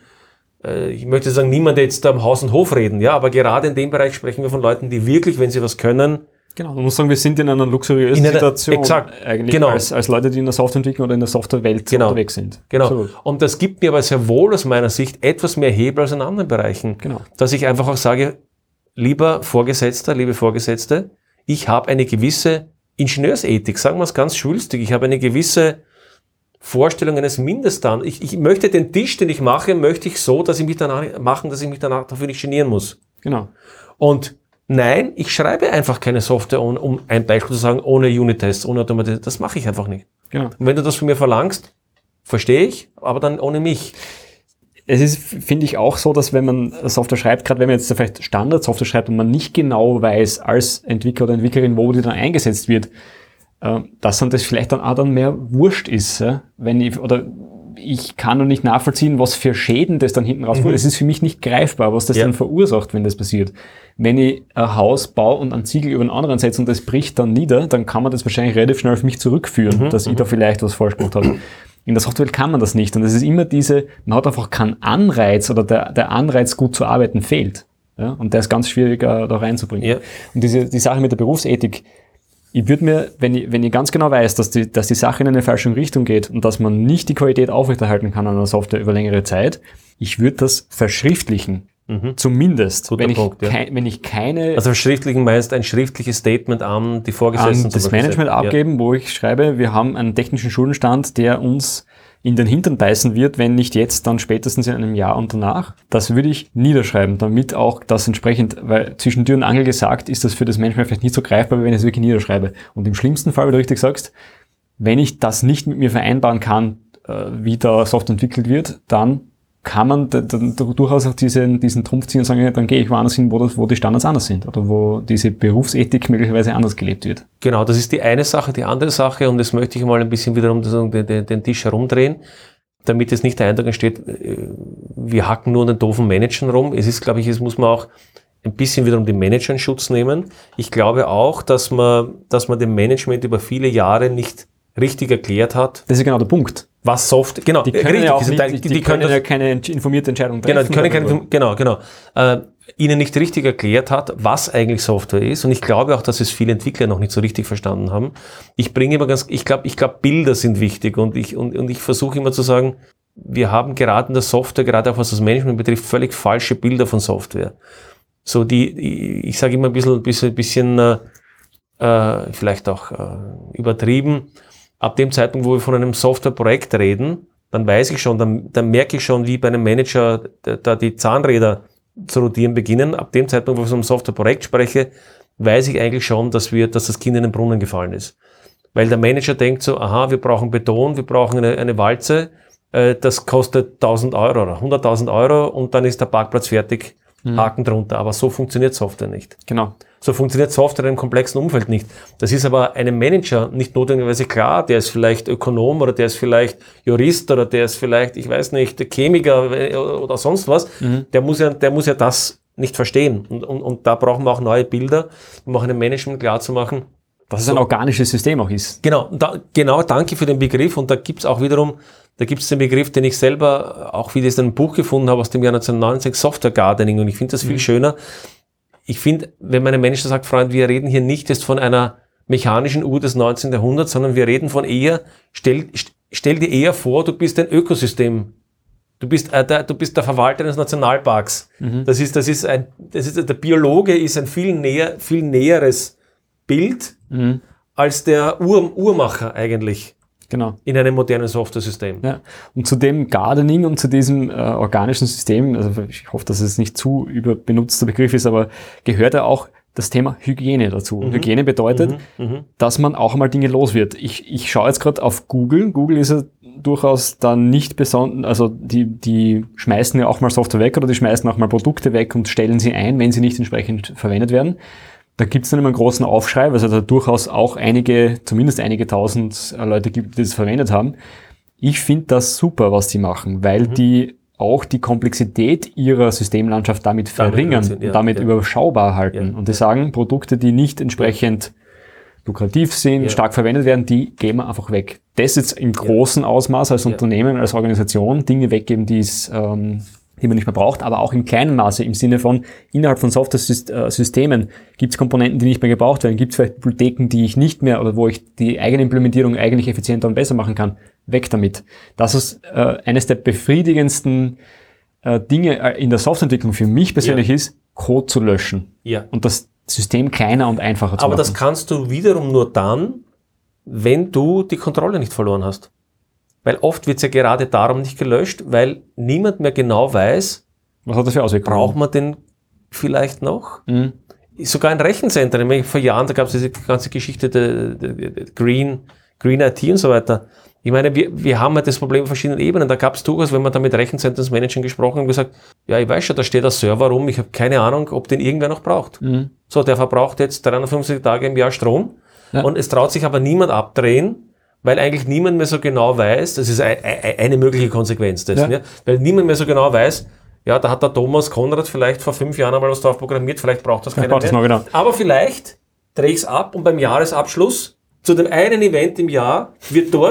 [SPEAKER 2] ich möchte sagen, niemand jetzt am Haus und Hof reden, ja, aber gerade in dem Bereich sprechen wir von Leuten, die wirklich, wenn sie was können... Genau, man muss sagen, wir sind in einer luxuriösen in einer, Situation exakt, eigentlich genau. als, als Leute, die in der Softwareentwicklung oder in der Softwarewelt genau. unterwegs sind. Genau, absolut. Und das gibt mir aber sehr wohl aus meiner Sicht etwas mehr Hebel als in anderen Bereichen. Genau. Dass ich einfach auch sage, lieber Vorgesetzter, liebe Vorgesetzte, ich habe eine gewisse Ingenieursethik, sagen wir es ganz schwülstig, ich habe eine gewisse Vorstellung eines Mindeststandards. Ich, ich möchte den Tisch, den ich mache, möchte ich so, dass ich mich danach machen, dass ich mich danach dafür nicht genieren muss.
[SPEAKER 3] Genau.
[SPEAKER 2] Und nein, ich schreibe einfach keine Software, ohne, um ein Beispiel zu sagen, ohne Unit-Tests, ohne Automatisierung. Das mache ich einfach nicht.
[SPEAKER 3] Genau.
[SPEAKER 2] Und wenn du das von mir verlangst, verstehe ich, aber dann ohne mich.
[SPEAKER 3] Es ist, finde ich, auch so, dass wenn man Software schreibt, gerade wenn man jetzt vielleicht Standard-Software schreibt und man nicht genau weiß, als Entwickler oder Entwicklerin, wo die dann eingesetzt wird, dass dann das vielleicht dann auch dann mehr wurscht ist, ja? Wenn ich, oder ich kann noch nicht nachvollziehen, was für Schäden das dann hinten rauskommt. Mhm. Es ist für mich nicht greifbar, was das ja. dann verursacht, wenn das passiert. Wenn ich ein Haus baue und einen Ziegel über einen anderen setze und das bricht dann nieder, dann kann man das wahrscheinlich relativ schnell auf mich zurückführen, mhm. dass mhm. ich da vielleicht was falsch gemacht habe. In der Software kann man das nicht. Und es ist immer diese, man hat einfach keinen Anreiz oder der, der Anreiz, gut zu arbeiten, fehlt. Ja? Und der ist ganz schwierig, uh, da reinzubringen. Ja. Und diese, die Sache mit der Berufsethik, ich würde mir, wenn ich, wenn ich ganz genau weiß, dass die, dass die Sache in eine falsche Richtung geht und dass man nicht die Qualität aufrechterhalten kann an der Software über längere Zeit, ich würde das verschriftlichen. Mhm. Zumindest, wenn ich, Punkt, ja. kei- wenn ich keine...
[SPEAKER 2] Also verschriftlichen meinst ein schriftliches Statement an die Vorgesetzten?
[SPEAKER 3] An das Management abgeben, ja. wo ich schreibe, wir haben einen technischen Schuldenstand, der uns in den Hintern beißen wird, wenn nicht jetzt, dann spätestens in einem Jahr und danach. Das würde ich niederschreiben, damit auch das entsprechend, weil zwischen Tür und Angel gesagt, ist das für das Management vielleicht nicht so greifbar, wenn ich es wirklich niederschreibe. Und im schlimmsten Fall, wie du richtig sagst, wenn ich das nicht mit mir vereinbaren kann, wie da Software entwickelt wird, dann kann man d- d- durchaus auch diesen, diesen Trumpf ziehen und sagen, dann gehe ich woanders hin, wo, das, wo die Standards anders sind oder wo diese Berufsethik möglicherweise anders gelebt wird.
[SPEAKER 2] Genau, das ist die eine Sache. Die andere Sache, und das möchte ich mal ein bisschen wiederum den, den, den Tisch herumdrehen, damit es nicht der Eindruck entsteht, wir hacken nur an den doofen Managern rum. Es ist, glaube ich, es muss man auch ein bisschen wiederum den Manager in Schutz nehmen. Ich glaube auch, dass man, dass man dem Management über viele Jahre nicht richtig erklärt hat.
[SPEAKER 3] Das ist genau der Punkt.
[SPEAKER 2] Was Software, genau,
[SPEAKER 3] die können
[SPEAKER 2] richtig,
[SPEAKER 3] ja auch nicht,
[SPEAKER 2] die,
[SPEAKER 3] die, die können, können ja keine informierte Entscheidung treffen.
[SPEAKER 2] Genau, die können keine, genau, genau. Äh, ihnen nicht richtig erklärt hat, was eigentlich Software ist. Und ich glaube auch, dass es viele Entwickler noch nicht so richtig verstanden haben. Ich bringe immer ganz, ich glaube, ich glaube, Bilder sind wichtig und ich, und, und ich versuche immer zu sagen, wir haben gerade in der Software, gerade auch was das Management betrifft, völlig falsche Bilder von Software. So die, die ich sage immer ein bisschen, bisschen, bisschen äh, äh, vielleicht auch äh, übertrieben. Ab dem Zeitpunkt, wo wir von einem Softwareprojekt reden, dann weiß ich schon, dann, dann merke ich schon, wie bei einem Manager da, da die Zahnräder zu rotieren beginnen. Ab dem Zeitpunkt, wo ich von einem Softwareprojekt spreche, weiß ich eigentlich schon, dass wir, dass das Kind in den Brunnen gefallen ist. Weil der Manager denkt so, aha, wir brauchen Beton, wir brauchen eine, eine Walze, äh, das kostet tausend Euro oder hunderttausend Euro und dann ist der Parkplatz fertig, mhm. Haken drunter. Aber so funktioniert Software nicht.
[SPEAKER 3] Genau.
[SPEAKER 2] So funktioniert Software in einem komplexen Umfeld nicht. Das ist aber einem Manager nicht notwendigerweise klar. Der ist vielleicht Ökonom oder der ist vielleicht Jurist oder der ist vielleicht, ich weiß nicht, Chemiker oder sonst was. Mhm. Der muss ja, der muss ja das nicht verstehen. Und, und, und da brauchen wir auch neue Bilder, um auch einem Management klarzumachen,
[SPEAKER 3] dass es ein organisches System auch ist.
[SPEAKER 2] Genau, da, genau, danke für den Begriff. Und da gibt's auch wiederum, da gibt's den Begriff, den ich selber auch wieder in einem Buch gefunden habe aus dem Jahr neunzehnhundertneunzig, Software Gardening. Und ich finde das viel mhm. schöner. Ich finde, wenn man einem Menschen sagt, Freund, wir reden hier nicht jetzt von einer mechanischen Uhr des neunzehnten Jahrhunderts, sondern wir reden von eher, stell, stell dir eher vor, du bist ein Ökosystem. Du bist, äh, der, du bist der Verwalter eines Nationalparks. Mhm. Das ist, das ist ein, das ist, der Biologe ist ein viel näher, viel näheres Bild mhm. als der Ur, Uhrmacher eigentlich.
[SPEAKER 3] Genau.
[SPEAKER 2] In einem modernen Software-System.
[SPEAKER 3] Ja. Und zu dem Gardening und zu diesem äh, organischen System, also ich hoffe, dass es nicht zu überbenutzter Begriff ist, aber gehört ja auch das Thema Hygiene dazu. Mhm. Hygiene bedeutet, mhm. dass man auch einmal Dinge los wird. Ich, ich schaue jetzt gerade auf Google. Google ist ja durchaus dann nicht besonders, also die, die schmeißen ja auch mal Software weg oder die schmeißen auch mal Produkte weg und stellen sie ein, wenn sie nicht entsprechend verwendet werden. Da gibt es dann immer einen großen Aufschrei, weil es da durchaus auch einige, zumindest einige tausend Leute gibt, die das verwendet haben. Ich finde das super, was die machen, weil mhm. die auch die Komplexität ihrer Systemlandschaft damit verringern und ja, damit ja. überschaubar halten. Ja, und die ja. sagen, Produkte, die nicht entsprechend lukrativ sind, ja. stark verwendet werden, die geben wir einfach weg. Das jetzt im großen ja. Ausmaß als ja. Unternehmen, als Organisation, Dinge weggeben, die es... Ähm, die man nicht mehr braucht, aber auch im kleinen Maße, im Sinne von, innerhalb von Software-Systemen gibt es Komponenten, die nicht mehr gebraucht werden, gibt es vielleicht Bibliotheken, die ich nicht mehr, oder wo ich die eigene Implementierung eigentlich effizienter und besser machen kann, weg damit. Das ist äh, eines der befriedigendsten äh, Dinge in der Softwareentwicklung für mich persönlich ja. ist, Code zu löschen
[SPEAKER 2] ja.
[SPEAKER 3] und das System kleiner und einfacher zu
[SPEAKER 2] aber
[SPEAKER 3] machen.
[SPEAKER 2] Aber das kannst du wiederum nur dann, wenn du die Kontrolle nicht verloren hast. Weil oft wird es ja gerade darum nicht gelöscht, weil niemand mehr genau weiß,
[SPEAKER 3] was hat das für Auswirkungen?
[SPEAKER 2] Braucht man den vielleicht noch? Mhm. Sogar ein Rechencenter, nämlich vor Jahren, da gab es diese ganze Geschichte der, der, der Green, Green I T und so weiter. Ich meine, wir, wir haben ja das Problem auf verschiedenen Ebenen. Da gab es durchaus, wenn man da mit Rechenzentrumsmanagern gesprochen hat, gesagt, ja, ich weiß schon, da steht ein Server rum, ich habe keine Ahnung, ob den irgendwer noch braucht. Mhm. So, der verbraucht jetzt dreihundertfünfzig Tage im Jahr Strom ja. und es traut sich aber niemand abdrehen, weil eigentlich niemand mehr so genau weiß, das ist eine mögliche Konsequenz dessen, ja. Ja, weil niemand mehr so genau weiß, ja, da hat der Thomas Konrad vielleicht vor fünf Jahren einmal was drauf programmiert, vielleicht braucht das keiner mehr. Noch, genau. Aber vielleicht drehe ich es ab und beim Jahresabschluss zu dem einen Event im Jahr wird dort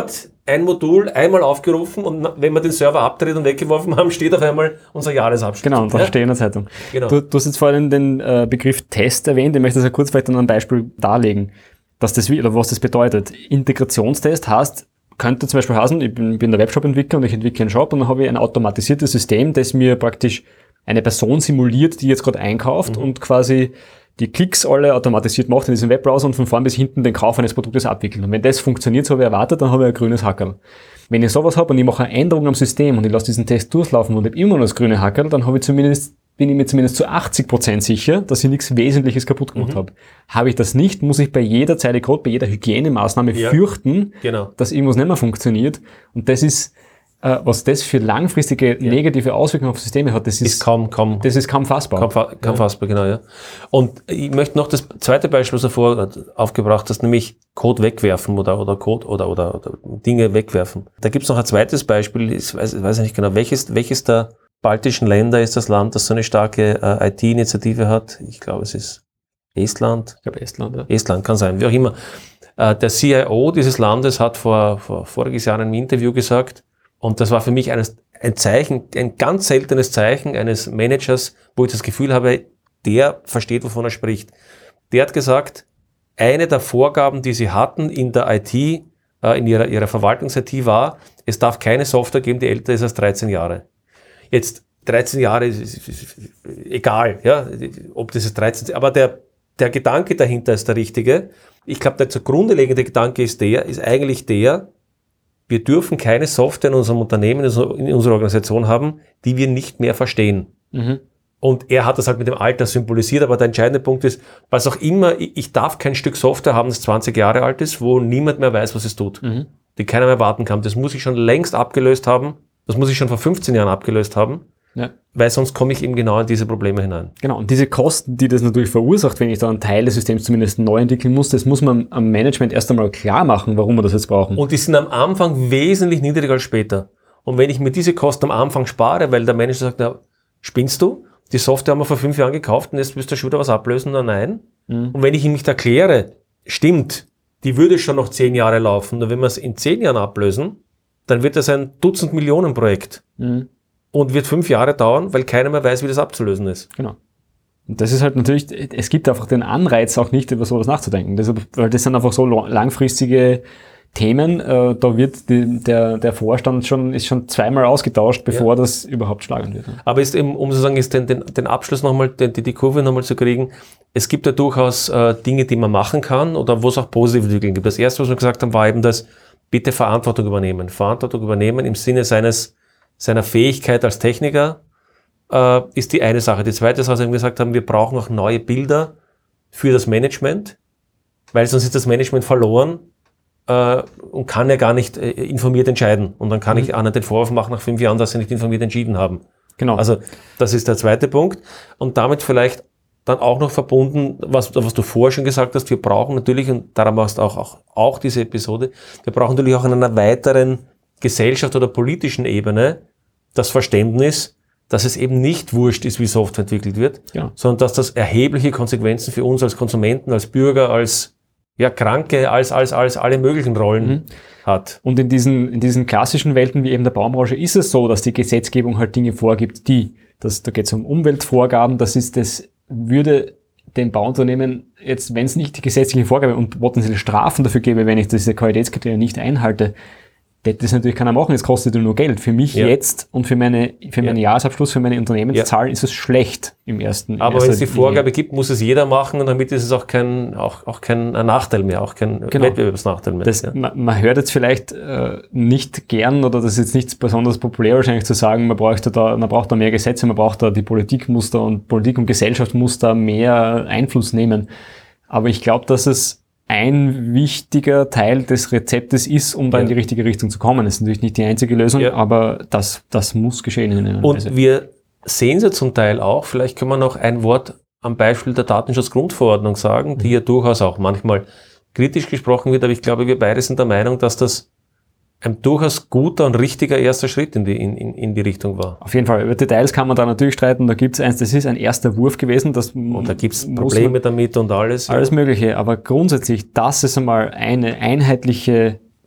[SPEAKER 2] ein Modul einmal aufgerufen und wenn wir den Server abgedreht und weggeworfen haben, steht auf einmal unser Jahresabschluss.
[SPEAKER 3] Genau, und da
[SPEAKER 2] ja?
[SPEAKER 3] steht in der Zeitung.
[SPEAKER 2] Genau.
[SPEAKER 3] Du, du hast jetzt vorhin den äh, Begriff Test erwähnt, ich möchte das ja kurz vielleicht an einem Beispiel darlegen, dass das, oder was das bedeutet. Integrationstest heißt, könnte zum Beispiel heißen, ich bin, bin der Webshop-Entwickler und ich entwickle einen Shop und dann habe ich ein automatisiertes System, das mir praktisch eine Person simuliert, die jetzt gerade einkauft mhm. und quasi die Klicks alle automatisiert macht in diesem Webbrowser und von vorn bis hinten den Kauf eines Produktes abwickelt. Und wenn das funktioniert, so wie erwartet, dann habe ich ein grünes Hackerl. Wenn ich sowas habe und ich mache eine Änderung am System und ich lasse diesen Test durchlaufen und ich habe immer noch das grüne Hackerl, dann habe ich zumindest, bin ich mir zumindest zu achtzig Prozent sicher, dass ich nichts Wesentliches kaputt gemacht mhm. habe. Habe ich das nicht, muss ich bei jeder Zeile Code, bei jeder Hygienemaßnahme ja. fürchten, genau. dass irgendwas nicht mehr funktioniert. Und das ist, äh, was das für langfristige ja. negative Auswirkungen auf Systeme hat, das ist,
[SPEAKER 2] ist kaum, kaum,
[SPEAKER 3] das ist kaum fassbar.
[SPEAKER 2] Kaum, kaum ja. fassbar, genau, ja. Und ich möchte noch das zweite Beispiel, was du vorher aufgebracht hast, nämlich Code wegwerfen oder, oder Code oder, oder, oder Dinge wegwerfen. Da gibt's noch ein zweites Beispiel, ich weiß, ich weiß nicht genau, welches, welches der baltischen Länder ist das Land, das so eine starke äh, I T-Initiative hat. Ich glaube, es ist Estland.
[SPEAKER 3] Ich glaube, Estland, ja.
[SPEAKER 2] Estland kann sein, wie auch immer. Äh, der C I O dieses Landes hat vor, vor voriges Jahr in einem Interview gesagt, und das war für mich eines, ein Zeichen, ein ganz seltenes Zeichen eines Managers, wo ich das Gefühl habe, der versteht, wovon er spricht. Der hat gesagt, eine der Vorgaben, die sie hatten in der I T, äh, in ihrer, ihrer Verwaltungs-I T war, es darf keine Software geben, die älter ist als dreizehn Jahre. Jetzt, dreizehn Jahre ist, ist, ist, ist egal, ja, ob das ist dreizehn, aber der, der Gedanke dahinter ist der richtige. Ich glaube, der zugrunde liegende Gedanke ist der, ist eigentlich der, wir dürfen keine Software in unserem Unternehmen, in unserer Organisation haben, die wir nicht mehr verstehen. Mhm. Und er hat das halt mit dem Alter symbolisiert, aber der entscheidende Punkt ist, was auch immer, ich darf kein Stück Software haben, das zwanzig Jahre alt ist, wo niemand mehr weiß, was es tut. Mhm. Die keiner mehr warten kann. Das muss ich schon längst abgelöst haben. Das muss ich schon vor fünfzehn Jahren abgelöst haben. Ja. Weil sonst komme ich eben genau in diese Probleme hinein.
[SPEAKER 3] Genau, und diese Kosten, die das natürlich verursacht, wenn ich da einen Teil des Systems zumindest neu entwickeln muss, das muss man am Management erst einmal klar machen, warum wir das jetzt brauchen.
[SPEAKER 2] Und die sind am Anfang wesentlich niedriger als später. Und wenn ich mir diese Kosten am Anfang spare, weil der Manager sagt, na, spinnst du? Die Software haben wir vor fünf Jahren gekauft und jetzt müsst ihr schon wieder was ablösen, oder nein? Mhm. Und wenn ich ihm nicht erkläre, stimmt, die würde schon noch zehn Jahre laufen, nur wenn wir es in zehn Jahren ablösen, dann wird das ein Dutzend Millionen Projekt. Mhm. Und wird fünf Jahre dauern, weil keiner mehr weiß, wie das abzulösen ist.
[SPEAKER 3] Genau. Und das ist halt natürlich, es gibt einfach den Anreiz auch nicht, über sowas nachzudenken. Deshalb, weil das sind einfach so langfristige Themen, äh, da wird die, der, der Vorstand schon, ist schon zweimal ausgetauscht, bevor ja. das überhaupt schlagend wird.
[SPEAKER 2] Aber ist eben, um zu sagen, ist den, den, den Abschluss nochmal, die, die Kurve nochmal zu kriegen, es gibt ja durchaus äh, Dinge, die man machen kann oder wo es auch positive Entwicklungen gibt. Das erste, was wir gesagt haben, war eben das, bitte Verantwortung übernehmen. Verantwortung übernehmen im Sinne seines seiner Fähigkeit als Techniker äh, ist die eine Sache. Die zweite Sache, was wir gesagt haben, wir brauchen auch neue Bilder für das Management, weil sonst ist das Management verloren äh, und kann ja gar nicht äh, informiert entscheiden. Und dann kann mhm. ich anderen den Vorwurf machen nach fünf Jahren, dass sie nicht informiert entschieden haben. Genau. Also das ist der zweite Punkt. Und damit vielleicht dann auch noch verbunden, was, was du vorher schon gesagt hast, wir brauchen natürlich, und darum machst du auch, auch, auch diese Episode, wir brauchen natürlich auch in einer weiteren Gesellschaft oder politischen Ebene das Verständnis, dass es eben nicht wurscht ist, wie Software entwickelt wird, ja. sondern dass das erhebliche Konsequenzen für uns als Konsumenten, als Bürger, als ja, Kranke, als, als, als alle möglichen Rollen mhm. hat.
[SPEAKER 3] Und in diesen, in diesen klassischen Welten wie eben der Baumbranche ist es so, dass die Gesetzgebung halt Dinge vorgibt, die, das, da geht es um Umweltvorgaben, das ist das, würde den Bauunternehmen jetzt, wenn es nicht die gesetzliche Vorgabe und potenzielle Strafen dafür gäbe, wenn ich diese Qualitätskriterien nicht einhalte, das natürlich keiner machen, es kostet nur Geld. Für mich ja. jetzt und für meine für meinen ja. Jahresabschluss, für meine Unternehmenszahlen ja. ist es schlecht im ersten.
[SPEAKER 2] Aber wenn es die Vorgabe gibt, muss es jeder machen und damit ist es auch kein auch auch kein Nachteil mehr, auch kein genau. Wettbewerbsnachteil mehr.
[SPEAKER 3] Das, ja. man, man hört jetzt vielleicht äh, nicht gern oder das ist jetzt nicht besonders populär wahrscheinlich zu sagen, man bräuchte da, man braucht da mehr Gesetze, man braucht da die Politik muss da und Politik und Gesellschaft muss da mehr Einfluss nehmen. Aber ich glaube, dass es ein wichtiger Teil des Rezeptes ist, um da ja. in die richtige Richtung zu kommen. Das ist natürlich nicht die einzige Lösung, ja. aber das, das muss geschehen in einer
[SPEAKER 2] Und
[SPEAKER 3] Weise.
[SPEAKER 2] Wir sehen es ja zum Teil auch, vielleicht können wir noch ein Wort am Beispiel der Datenschutzgrundverordnung sagen, mhm. die ja durchaus auch manchmal kritisch gesprochen wird, aber ich glaube, wir beide sind der Meinung, dass das ein durchaus guter und richtiger erster Schritt in die, in, in, in die Richtung war.
[SPEAKER 3] Auf jeden Fall. Über Details kann man da natürlich streiten. Da gibt's eins, das ist ein erster Wurf gewesen. Das
[SPEAKER 2] und da gibt's Probleme damit und alles.
[SPEAKER 3] Alles ja. Mögliche. Aber grundsätzlich, dass es einmal eine einheitliche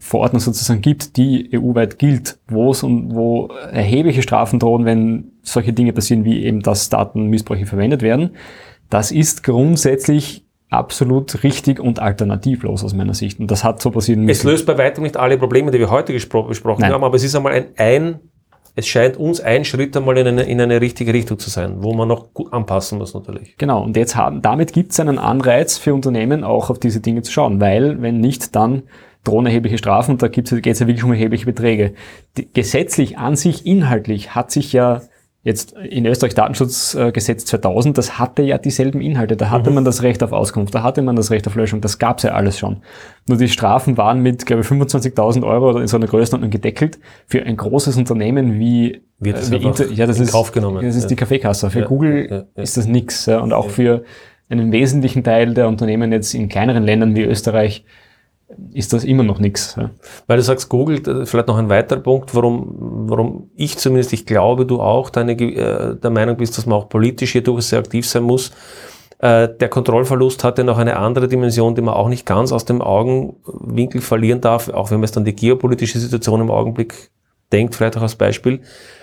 [SPEAKER 3] Verordnung sozusagen gibt, die E U-weit gilt, wo es und wo erhebliche Strafen drohen, wenn solche Dinge passieren, wie eben, dass Datenmissbräuche verwendet werden. Das ist grundsätzlich absolut richtig und alternativlos aus meiner Sicht. Und das hat so passieren müssen.
[SPEAKER 2] Es löst bei weitem nicht alle Probleme, die wir heute gespro- besprochen
[SPEAKER 3] Nein.
[SPEAKER 2] haben, aber es ist einmal ein, ein, es scheint uns ein Schritt einmal in eine, in eine richtige Richtung zu sein, wo man noch gut anpassen muss natürlich.
[SPEAKER 3] Genau, und jetzt haben, damit gibt es einen Anreiz für Unternehmen, auch auf diese Dinge zu schauen, weil, wenn nicht, dann drohen erhebliche Strafen und da geht es ja wirklich um erhebliche Beträge. Die, gesetzlich an sich, inhaltlich, hat sich ja jetzt in Österreich Datenschutzgesetz zweitausend, das hatte ja dieselben Inhalte. Da hatte mhm. man das Recht auf Auskunft, da hatte man das Recht auf Löschung, das gab's ja alles schon. Nur die Strafen waren mit, glaube ich, fünfundzwanzigtausend Euro oder in so einer Größenordnung gedeckelt. Für ein großes Unternehmen wie,
[SPEAKER 2] Wird das
[SPEAKER 3] wie Inter, ja, das
[SPEAKER 2] in
[SPEAKER 3] ist,
[SPEAKER 2] Kauf genommen.
[SPEAKER 3] Das ist
[SPEAKER 2] ja.
[SPEAKER 3] die Kaffeekasse. Für
[SPEAKER 2] ja,
[SPEAKER 3] Google
[SPEAKER 2] ja, ja.
[SPEAKER 3] ist das nix. Ja. Und auch ja. für einen wesentlichen Teil der Unternehmen jetzt in kleineren Ländern wie Österreich ist das immer noch nichts. Ja.
[SPEAKER 2] Weil du sagst Google, vielleicht noch ein weiterer Punkt, warum, warum ich zumindest, ich glaube, du auch deine, äh, der Meinung bist, dass man auch politisch hier durchaus sehr aktiv sein muss. Äh, der Kontrollverlust hat ja noch eine andere Dimension, die man auch nicht ganz aus dem Augenwinkel verlieren darf, auch wenn man jetzt an die geopolitische Situation im Augenblick denkt, vielleicht auch als Beispiel.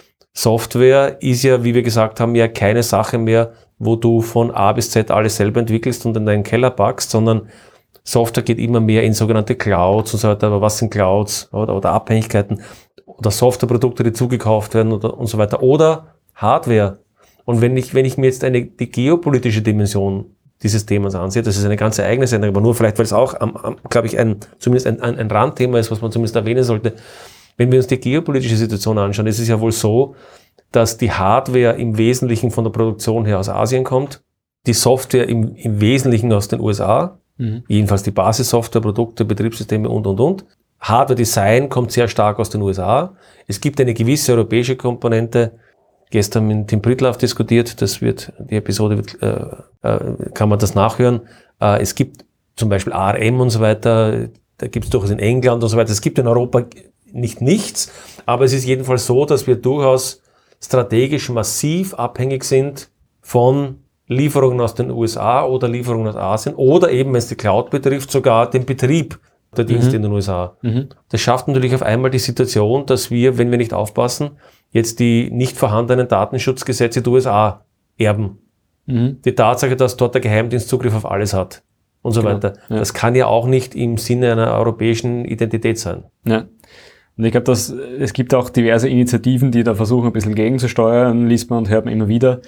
[SPEAKER 2] Software ist ja, wie wir gesagt haben, ja keine Sache mehr, wo du von A bis Z alles selber entwickelst und in deinen Keller packst, sondern Software geht immer mehr in sogenannte Clouds und so weiter. Aber was sind Clouds oder, oder Abhängigkeiten oder Softwareprodukte, die zugekauft werden oder, und so weiter. Oder Hardware. Und wenn ich, wenn ich mir jetzt eine, die geopolitische Dimension dieses Themas ansehe, das ist eine ganz eigene Sendung, aber nur vielleicht, weil es auch, am, am, glaube ich, ein, zumindest ein, ein, ein Randthema ist, was man zumindest erwähnen sollte. Wenn wir uns die geopolitische Situation anschauen, ist es ja wohl so, dass die Hardware im Wesentlichen von der Produktion her aus Asien kommt, die Software im, im Wesentlichen aus den U S A, Mhm. jedenfalls die Basissoftware, Produkte, Betriebssysteme und, und, und. Hardware-Design kommt sehr stark aus den U S A. Es gibt eine gewisse europäische Komponente. Gestern mit Tim Pritlove diskutiert, das wird, die Episode wird, äh, äh, kann man das nachhören. Äh, es gibt zum Beispiel A R M und so weiter, da gibt es durchaus in England und so weiter. Es gibt in Europa nicht nichts, aber es ist jedenfalls so, dass wir durchaus strategisch massiv abhängig sind von Lieferungen aus den U S A oder Lieferungen aus Asien oder eben, wenn es die Cloud betrifft, sogar den Betrieb der Dienste mhm. in den U S A. Mhm. Das schafft natürlich auf einmal die Situation, dass wir, wenn wir nicht aufpassen, jetzt die nicht vorhandenen Datenschutzgesetze der U S A erben. Mhm. Die Tatsache, dass dort der Geheimdienst Zugriff auf alles hat und so genau. weiter. Ja. Das kann ja auch nicht im Sinne einer europäischen Identität sein.
[SPEAKER 3] Ja. Und ich glaube, dass es gibt auch diverse Initiativen, die da versuchen, ein bisschen gegenzusteuern, liest man und hört man immer wieder,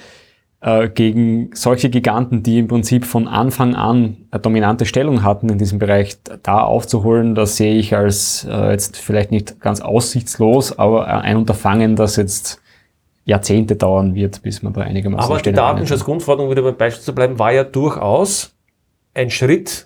[SPEAKER 3] gegen solche Giganten, die im Prinzip von Anfang an eine dominante Stellung hatten in diesem Bereich, da aufzuholen, das sehe ich als äh, jetzt vielleicht nicht ganz aussichtslos, aber ein Unterfangen, das jetzt Jahrzehnte dauern wird, bis man da einigermaßen...
[SPEAKER 2] Aber die Datenschutzgrundverordnung, wieder beim Beispiel zu bleiben, war ja durchaus ein Schritt,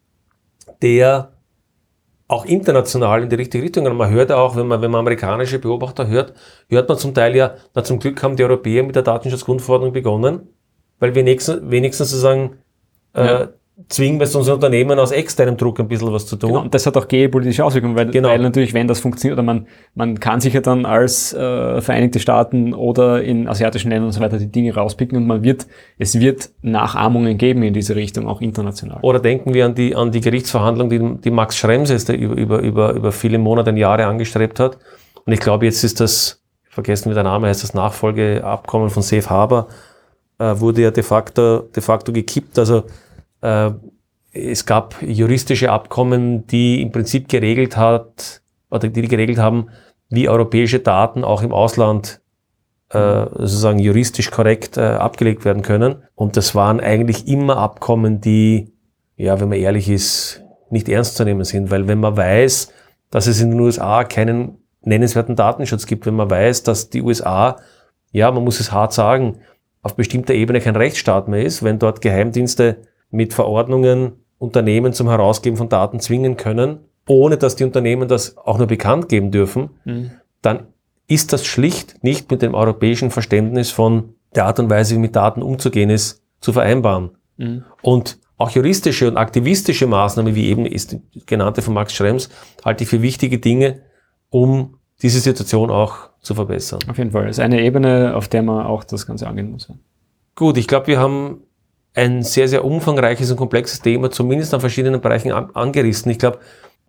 [SPEAKER 2] der auch international in die richtige Richtung geht. Man hört auch, wenn man, wenn man amerikanische Beobachter hört, hört man zum Teil ja, na zum Glück haben die Europäer mit der Datenschutzgrundverordnung begonnen, weil wir wenigstens, wenigstens sozusagen äh, ja. zwingen wir unsere Unternehmen aus externem Druck ein bisschen was zu tun.
[SPEAKER 3] Genau, und das hat auch geopolitische Auswirkungen, weil, genau. weil natürlich, wenn das funktioniert, oder man, man kann sich ja dann als äh, Vereinigte Staaten oder in asiatischen Ländern und so weiter die Dinge rauspicken und man wird, es wird Nachahmungen geben in diese Richtung, auch international.
[SPEAKER 2] Oder denken wir an die, an die Gerichtsverhandlung, die, die Max Schrems jetzt über, über, über, über viele Monate und Jahre angestrebt hat. Und ich glaube, jetzt ist das, vergessen wie der Name heißt, das Nachfolgeabkommen von Safe Harbor, äh, wurde ja de facto, de facto gekippt. Also, äh, es gab juristische Abkommen, die im Prinzip geregelt hat, oder die geregelt haben, wie europäische Daten auch im Ausland äh, sozusagen juristisch korrekt äh, abgelegt werden können. Und das waren eigentlich immer Abkommen, die, ja, wenn man ehrlich ist, nicht ernst zu nehmen sind. Weil wenn man weiß, dass es in den U S A keinen nennenswerten Datenschutz gibt, wenn man weiß, dass die U S A, ja, man muss es hart sagen, auf bestimmter Ebene kein Rechtsstaat mehr ist, wenn dort Geheimdienste mit Verordnungen Unternehmen zum Herausgeben von Daten zwingen können, ohne dass die Unternehmen das auch nur bekannt geben dürfen, mhm. dann ist das schlicht nicht mit dem europäischen Verständnis von der Art und Weise, wie mit Daten umzugehen ist, zu vereinbaren. Mhm. Und auch juristische und aktivistische Maßnahmen, wie eben ist die genannte von Max Schrems, halte ich für wichtige Dinge, um diese Situation auch zu verbessern.
[SPEAKER 3] Auf jeden Fall. Das ist eine Ebene, auf der man auch das Ganze angehen muss.
[SPEAKER 2] Gut, ich glaube, wir haben ein sehr, sehr umfangreiches und komplexes Thema, zumindest an verschiedenen Bereichen an, angerissen. Ich glaube,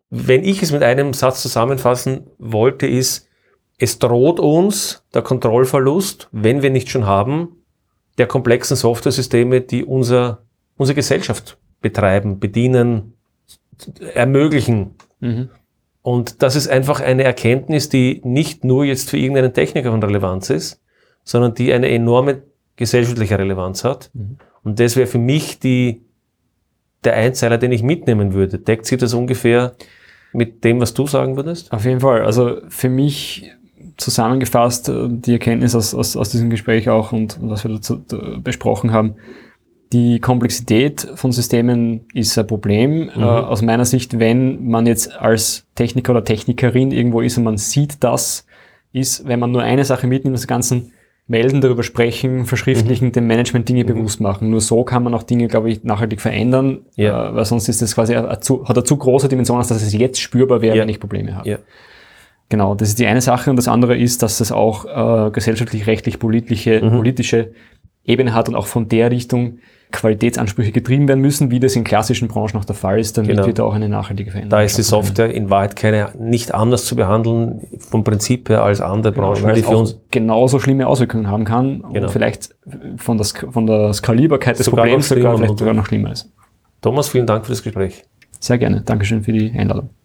[SPEAKER 2] wenn ich es mit einem Satz zusammenfassen wollte, ist, es droht uns der Kontrollverlust, wenn wir nicht schon haben, der komplexen Softwaresysteme, die unser, unsere Gesellschaft betreiben, bedienen, ermöglichen.
[SPEAKER 3] Mhm.
[SPEAKER 2] Und das ist einfach eine Erkenntnis, die nicht nur jetzt für irgendeinen Techniker von Relevanz ist, sondern die eine enorme gesellschaftliche Relevanz hat.
[SPEAKER 3] Mhm.
[SPEAKER 2] Und das wäre für mich die, der Einzeiler, den ich mitnehmen würde. Deckt sich das ungefähr mit dem, was du sagen würdest?
[SPEAKER 3] Auf jeden Fall. Also für mich zusammengefasst die Erkenntnis aus, aus, aus diesem Gespräch auch und was wir dazu besprochen haben, die Komplexität von Systemen ist ein Problem. Mhm. Äh, aus meiner Sicht, wenn man jetzt als Techniker oder Technikerin irgendwo ist und man sieht das, ist, wenn man nur eine Sache mitnimmt, das ganzen melden, darüber sprechen, verschriftlichen, mhm. dem Management Dinge mhm. bewusst machen. Nur so kann man auch Dinge, glaube ich, nachhaltig verändern,
[SPEAKER 2] ja.
[SPEAKER 3] äh, weil sonst ist das quasi eine, eine zu, hat eine zu große Dimension, als dass es jetzt spürbar wäre,
[SPEAKER 2] ja.
[SPEAKER 3] wenn ich Probleme habe.
[SPEAKER 2] Ja.
[SPEAKER 3] Genau, das ist die eine Sache. Und das andere ist, dass es auch äh, gesellschaftlich, rechtlich, politische, mhm. politische Ebene hat und auch von der Richtung Qualitätsansprüche getrieben werden müssen, wie das in klassischen Branchen auch der Fall ist, damit
[SPEAKER 2] genau.
[SPEAKER 3] wir da auch eine nachhaltige Veränderung
[SPEAKER 2] Da ist die Software in Wahrheit keine, nicht anders zu behandeln vom Prinzip her als andere
[SPEAKER 3] genau,
[SPEAKER 2] Branchen,
[SPEAKER 3] weil
[SPEAKER 2] die
[SPEAKER 3] es
[SPEAKER 2] für
[SPEAKER 3] auch
[SPEAKER 2] uns
[SPEAKER 3] genauso schlimme Auswirkungen haben kann
[SPEAKER 2] genau.
[SPEAKER 3] und vielleicht von der, von der Skalierbarkeit des
[SPEAKER 2] sogar
[SPEAKER 3] Problems
[SPEAKER 2] sogar
[SPEAKER 3] vielleicht sogar noch schlimmer ist.
[SPEAKER 2] Thomas, vielen Dank für das Gespräch.
[SPEAKER 3] Sehr gerne. Dankeschön für die Einladung.